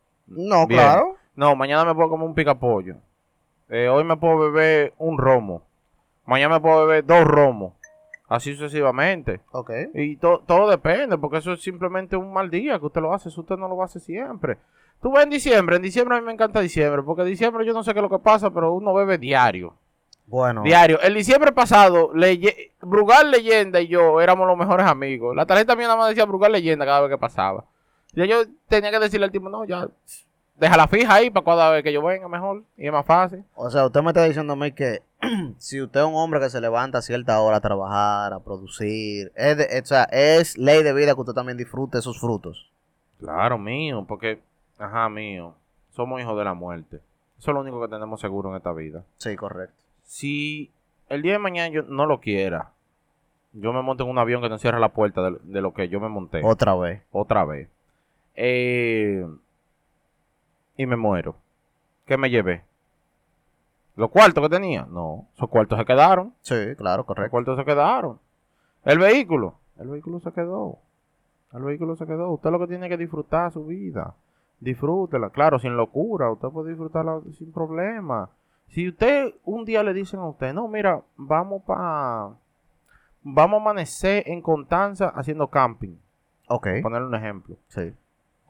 No, Bien. claro. No, mañana me puedo comer un picapollo. Eh, hoy me puedo beber un romo. Mañana me puedo beber dos romos. Así sucesivamente. Ok. Y to- todo depende, porque eso es simplemente un mal día que usted lo hace. Eso usted no lo hace siempre. Tú ves en diciembre. En diciembre a mí me encanta diciembre. Porque en diciembre yo no sé qué es lo que pasa, pero uno bebe diario. Bueno. Diario. El diciembre pasado, leye- Brugal Leyenda y yo éramos los mejores amigos. La tarjeta mía nada más decía Brugal Leyenda cada vez que pasaba. Ya yo tenía que decirle al tipo, no, ya, déjala fija ahí para cada vez que yo venga mejor. Y es más fácil. O sea, usted me está diciendo a mí que si usted es un hombre que se levanta a cierta hora a trabajar, a producir, es, de- o sea, es ley de vida que usted también disfrute esos frutos. Claro, mío, porque, ajá, mío, somos hijos de la muerte. Eso es lo único que tenemos seguro en esta vida. Sí, correcto. Si el día de mañana yo no lo quiera, yo me monto en un avión que no cierra la puerta de, de lo que yo me monté Otra vez. otra vez. Eh, y me muero. ¿Qué me llevé? ¿Los cuartos que tenía? No, esos cuartos se quedaron. Sí, claro, Los correcto. cuartos se quedaron. El vehículo. El vehículo se quedó. El vehículo se quedó. Usted lo que tiene que disfrutar su vida. Disfrútela. Claro, sin locura. Usted puede disfrutarla sin problema. Si usted un día le dicen a usted, no, mira, vamos para... Vamos a amanecer en Constanza haciendo camping. Ok. Ponerle un ejemplo. Sí.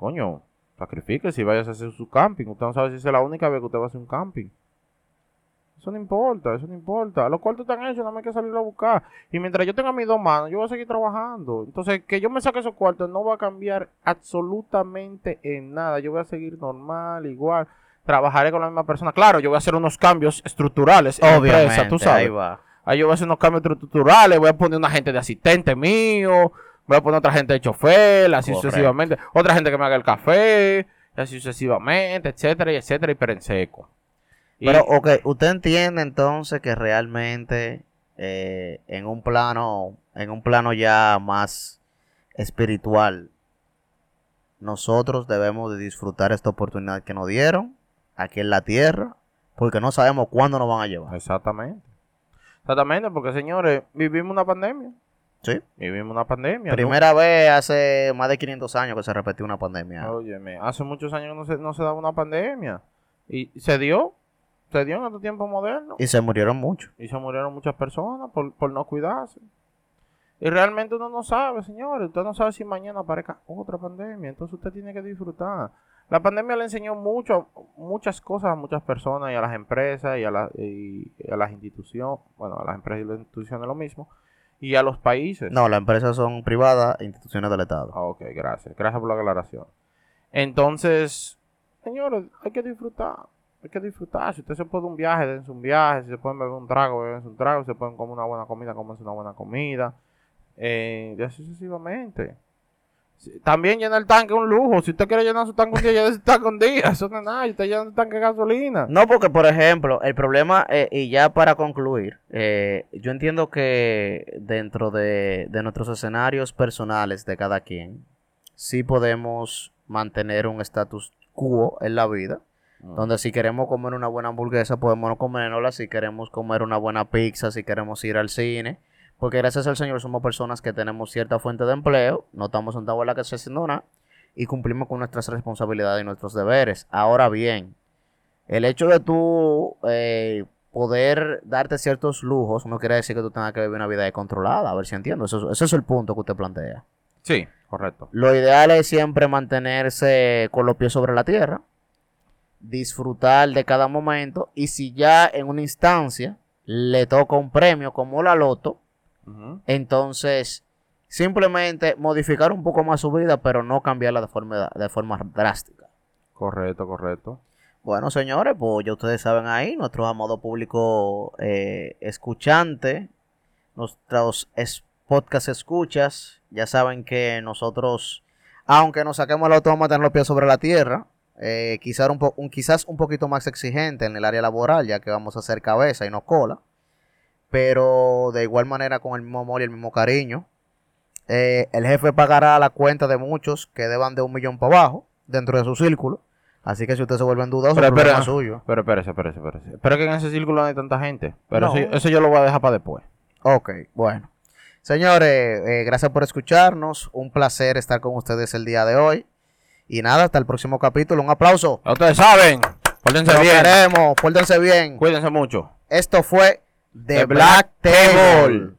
Coño, sacrifíquese y vaya a hacer su camping. Usted no sabe si es la única vez que usted va a hacer un camping. Eso no importa, eso no importa. Los cuartos están hechos, no me hay que salirlo a buscar. Y mientras yo tenga mis dos manos, yo voy a seguir trabajando. Entonces, que yo me saque esos cuartos no va a cambiar absolutamente en nada. Yo voy a seguir normal, igual. Trabajaré con la misma persona. Claro, yo voy a hacer unos cambios estructurales en la empresa, tú sabes. Ahí va. Ahí yo voy a hacer unos cambios estructurales. Voy a poner una gente de asistente mío. Voy a poner otra gente de chofer, así Correcto. sucesivamente. Otra gente que me haga el café, así sucesivamente, etcétera, y etcétera, y pero en seco. Y- Pero, ok, usted entiende entonces que realmente eh, en un plano, en un plano ya más espiritual, nosotros debemos de disfrutar esta oportunidad que nos dieron aquí en la tierra, porque no sabemos cuándo nos van a llevar. Exactamente. Exactamente, porque señores, vivimos una pandemia. Sí. Vivimos una pandemia. Primera vez hace más de quinientos años que se repitió una pandemia. ¿no? Óyeme, hace muchos años no se, no se daba una pandemia. Y se dio. Se dio en estos tiempos modernos. Y se murieron muchos. Y se murieron muchas personas por, por no cuidarse. Y realmente uno no sabe, señores. Usted no sabe si mañana aparezca otra pandemia. Entonces usted tiene que disfrutar. La pandemia le enseñó mucho, muchas cosas a muchas personas y a las empresas y a, la, y a las instituciones. Bueno, a las empresas y las instituciones lo mismo. Y a los países. No, las empresas son privadas e instituciones del Estado. Ah, ok, gracias. Gracias por la aclaración. Entonces, señores, hay que disfrutar. Hay que disfrutar. Si usted se puede un viaje, dense un viaje. Si se pueden beber un trago, bebense un trago. Si se pueden comer una buena comida, comerse una buena comida. Eh, y así sucesivamente. Sí, también llenar el tanque es un lujo. Si usted quiere llenar su tanque un día, llene su tanque un día. Eso no es nada. Y usted llena su tanque de gasolina. No, porque por ejemplo, el problema, eh, y ya para concluir, eh, yo entiendo que dentro de, de nuestros escenarios personales de cada quien, sí podemos mantener un status quo en la vida, Mm. donde si queremos comer una buena hamburguesa, podemos comérnosla, si queremos comer una buena pizza, si queremos ir al cine, porque gracias al Señor somos personas que tenemos cierta fuente de empleo, no estamos sentados en la casa haciendo nada, y cumplimos con nuestras responsabilidades y nuestros deberes. Ahora bien, el hecho de tú eh, poder darte ciertos lujos no quiere decir que tú tengas que vivir una vida controlada. A ver si entiendo. Eso, ese es el punto que usted plantea. Sí, correcto. Lo ideal es siempre mantenerse con los pies sobre la tierra, disfrutar de cada momento, y si ya en una instancia le toca un premio como la loto, Ujú. entonces simplemente modificar un poco más su vida, pero no cambiarla de forma, de forma drástica. Correcto, correcto. Bueno, señores, pues ya ustedes saben ahí, nuestro amado público eh, escuchante, nuestros es- podcast escuchas, ya saben que nosotros, aunque nos saquemos el autómata en los pies sobre la tierra, eh, quizás, un po- un, quizás un poquito más exigente en el área laboral, ya que vamos a hacer cabeza y no cola, pero de igual manera con el mismo amor y el mismo cariño. Eh, el jefe pagará la cuenta de muchos que deban de un millón para abajo dentro de su círculo. Así que si usted se vuelve dudoso, Pero el problema espera, es suyo. pero espérese, espérese, espérese. Pero es que en ese círculo no hay tanta gente. Pero No. eso, eso yo lo voy a dejar para después. Ok, bueno. Señores, eh, gracias por escucharnos. Un placer estar con ustedes el día de hoy. Y nada, hasta el próximo capítulo. Un aplauso. Ya ustedes saben. Pórtense Los bien. queremos. Pórtense bien. Cuídense mucho. Esto fue The The Black Black Table. Table.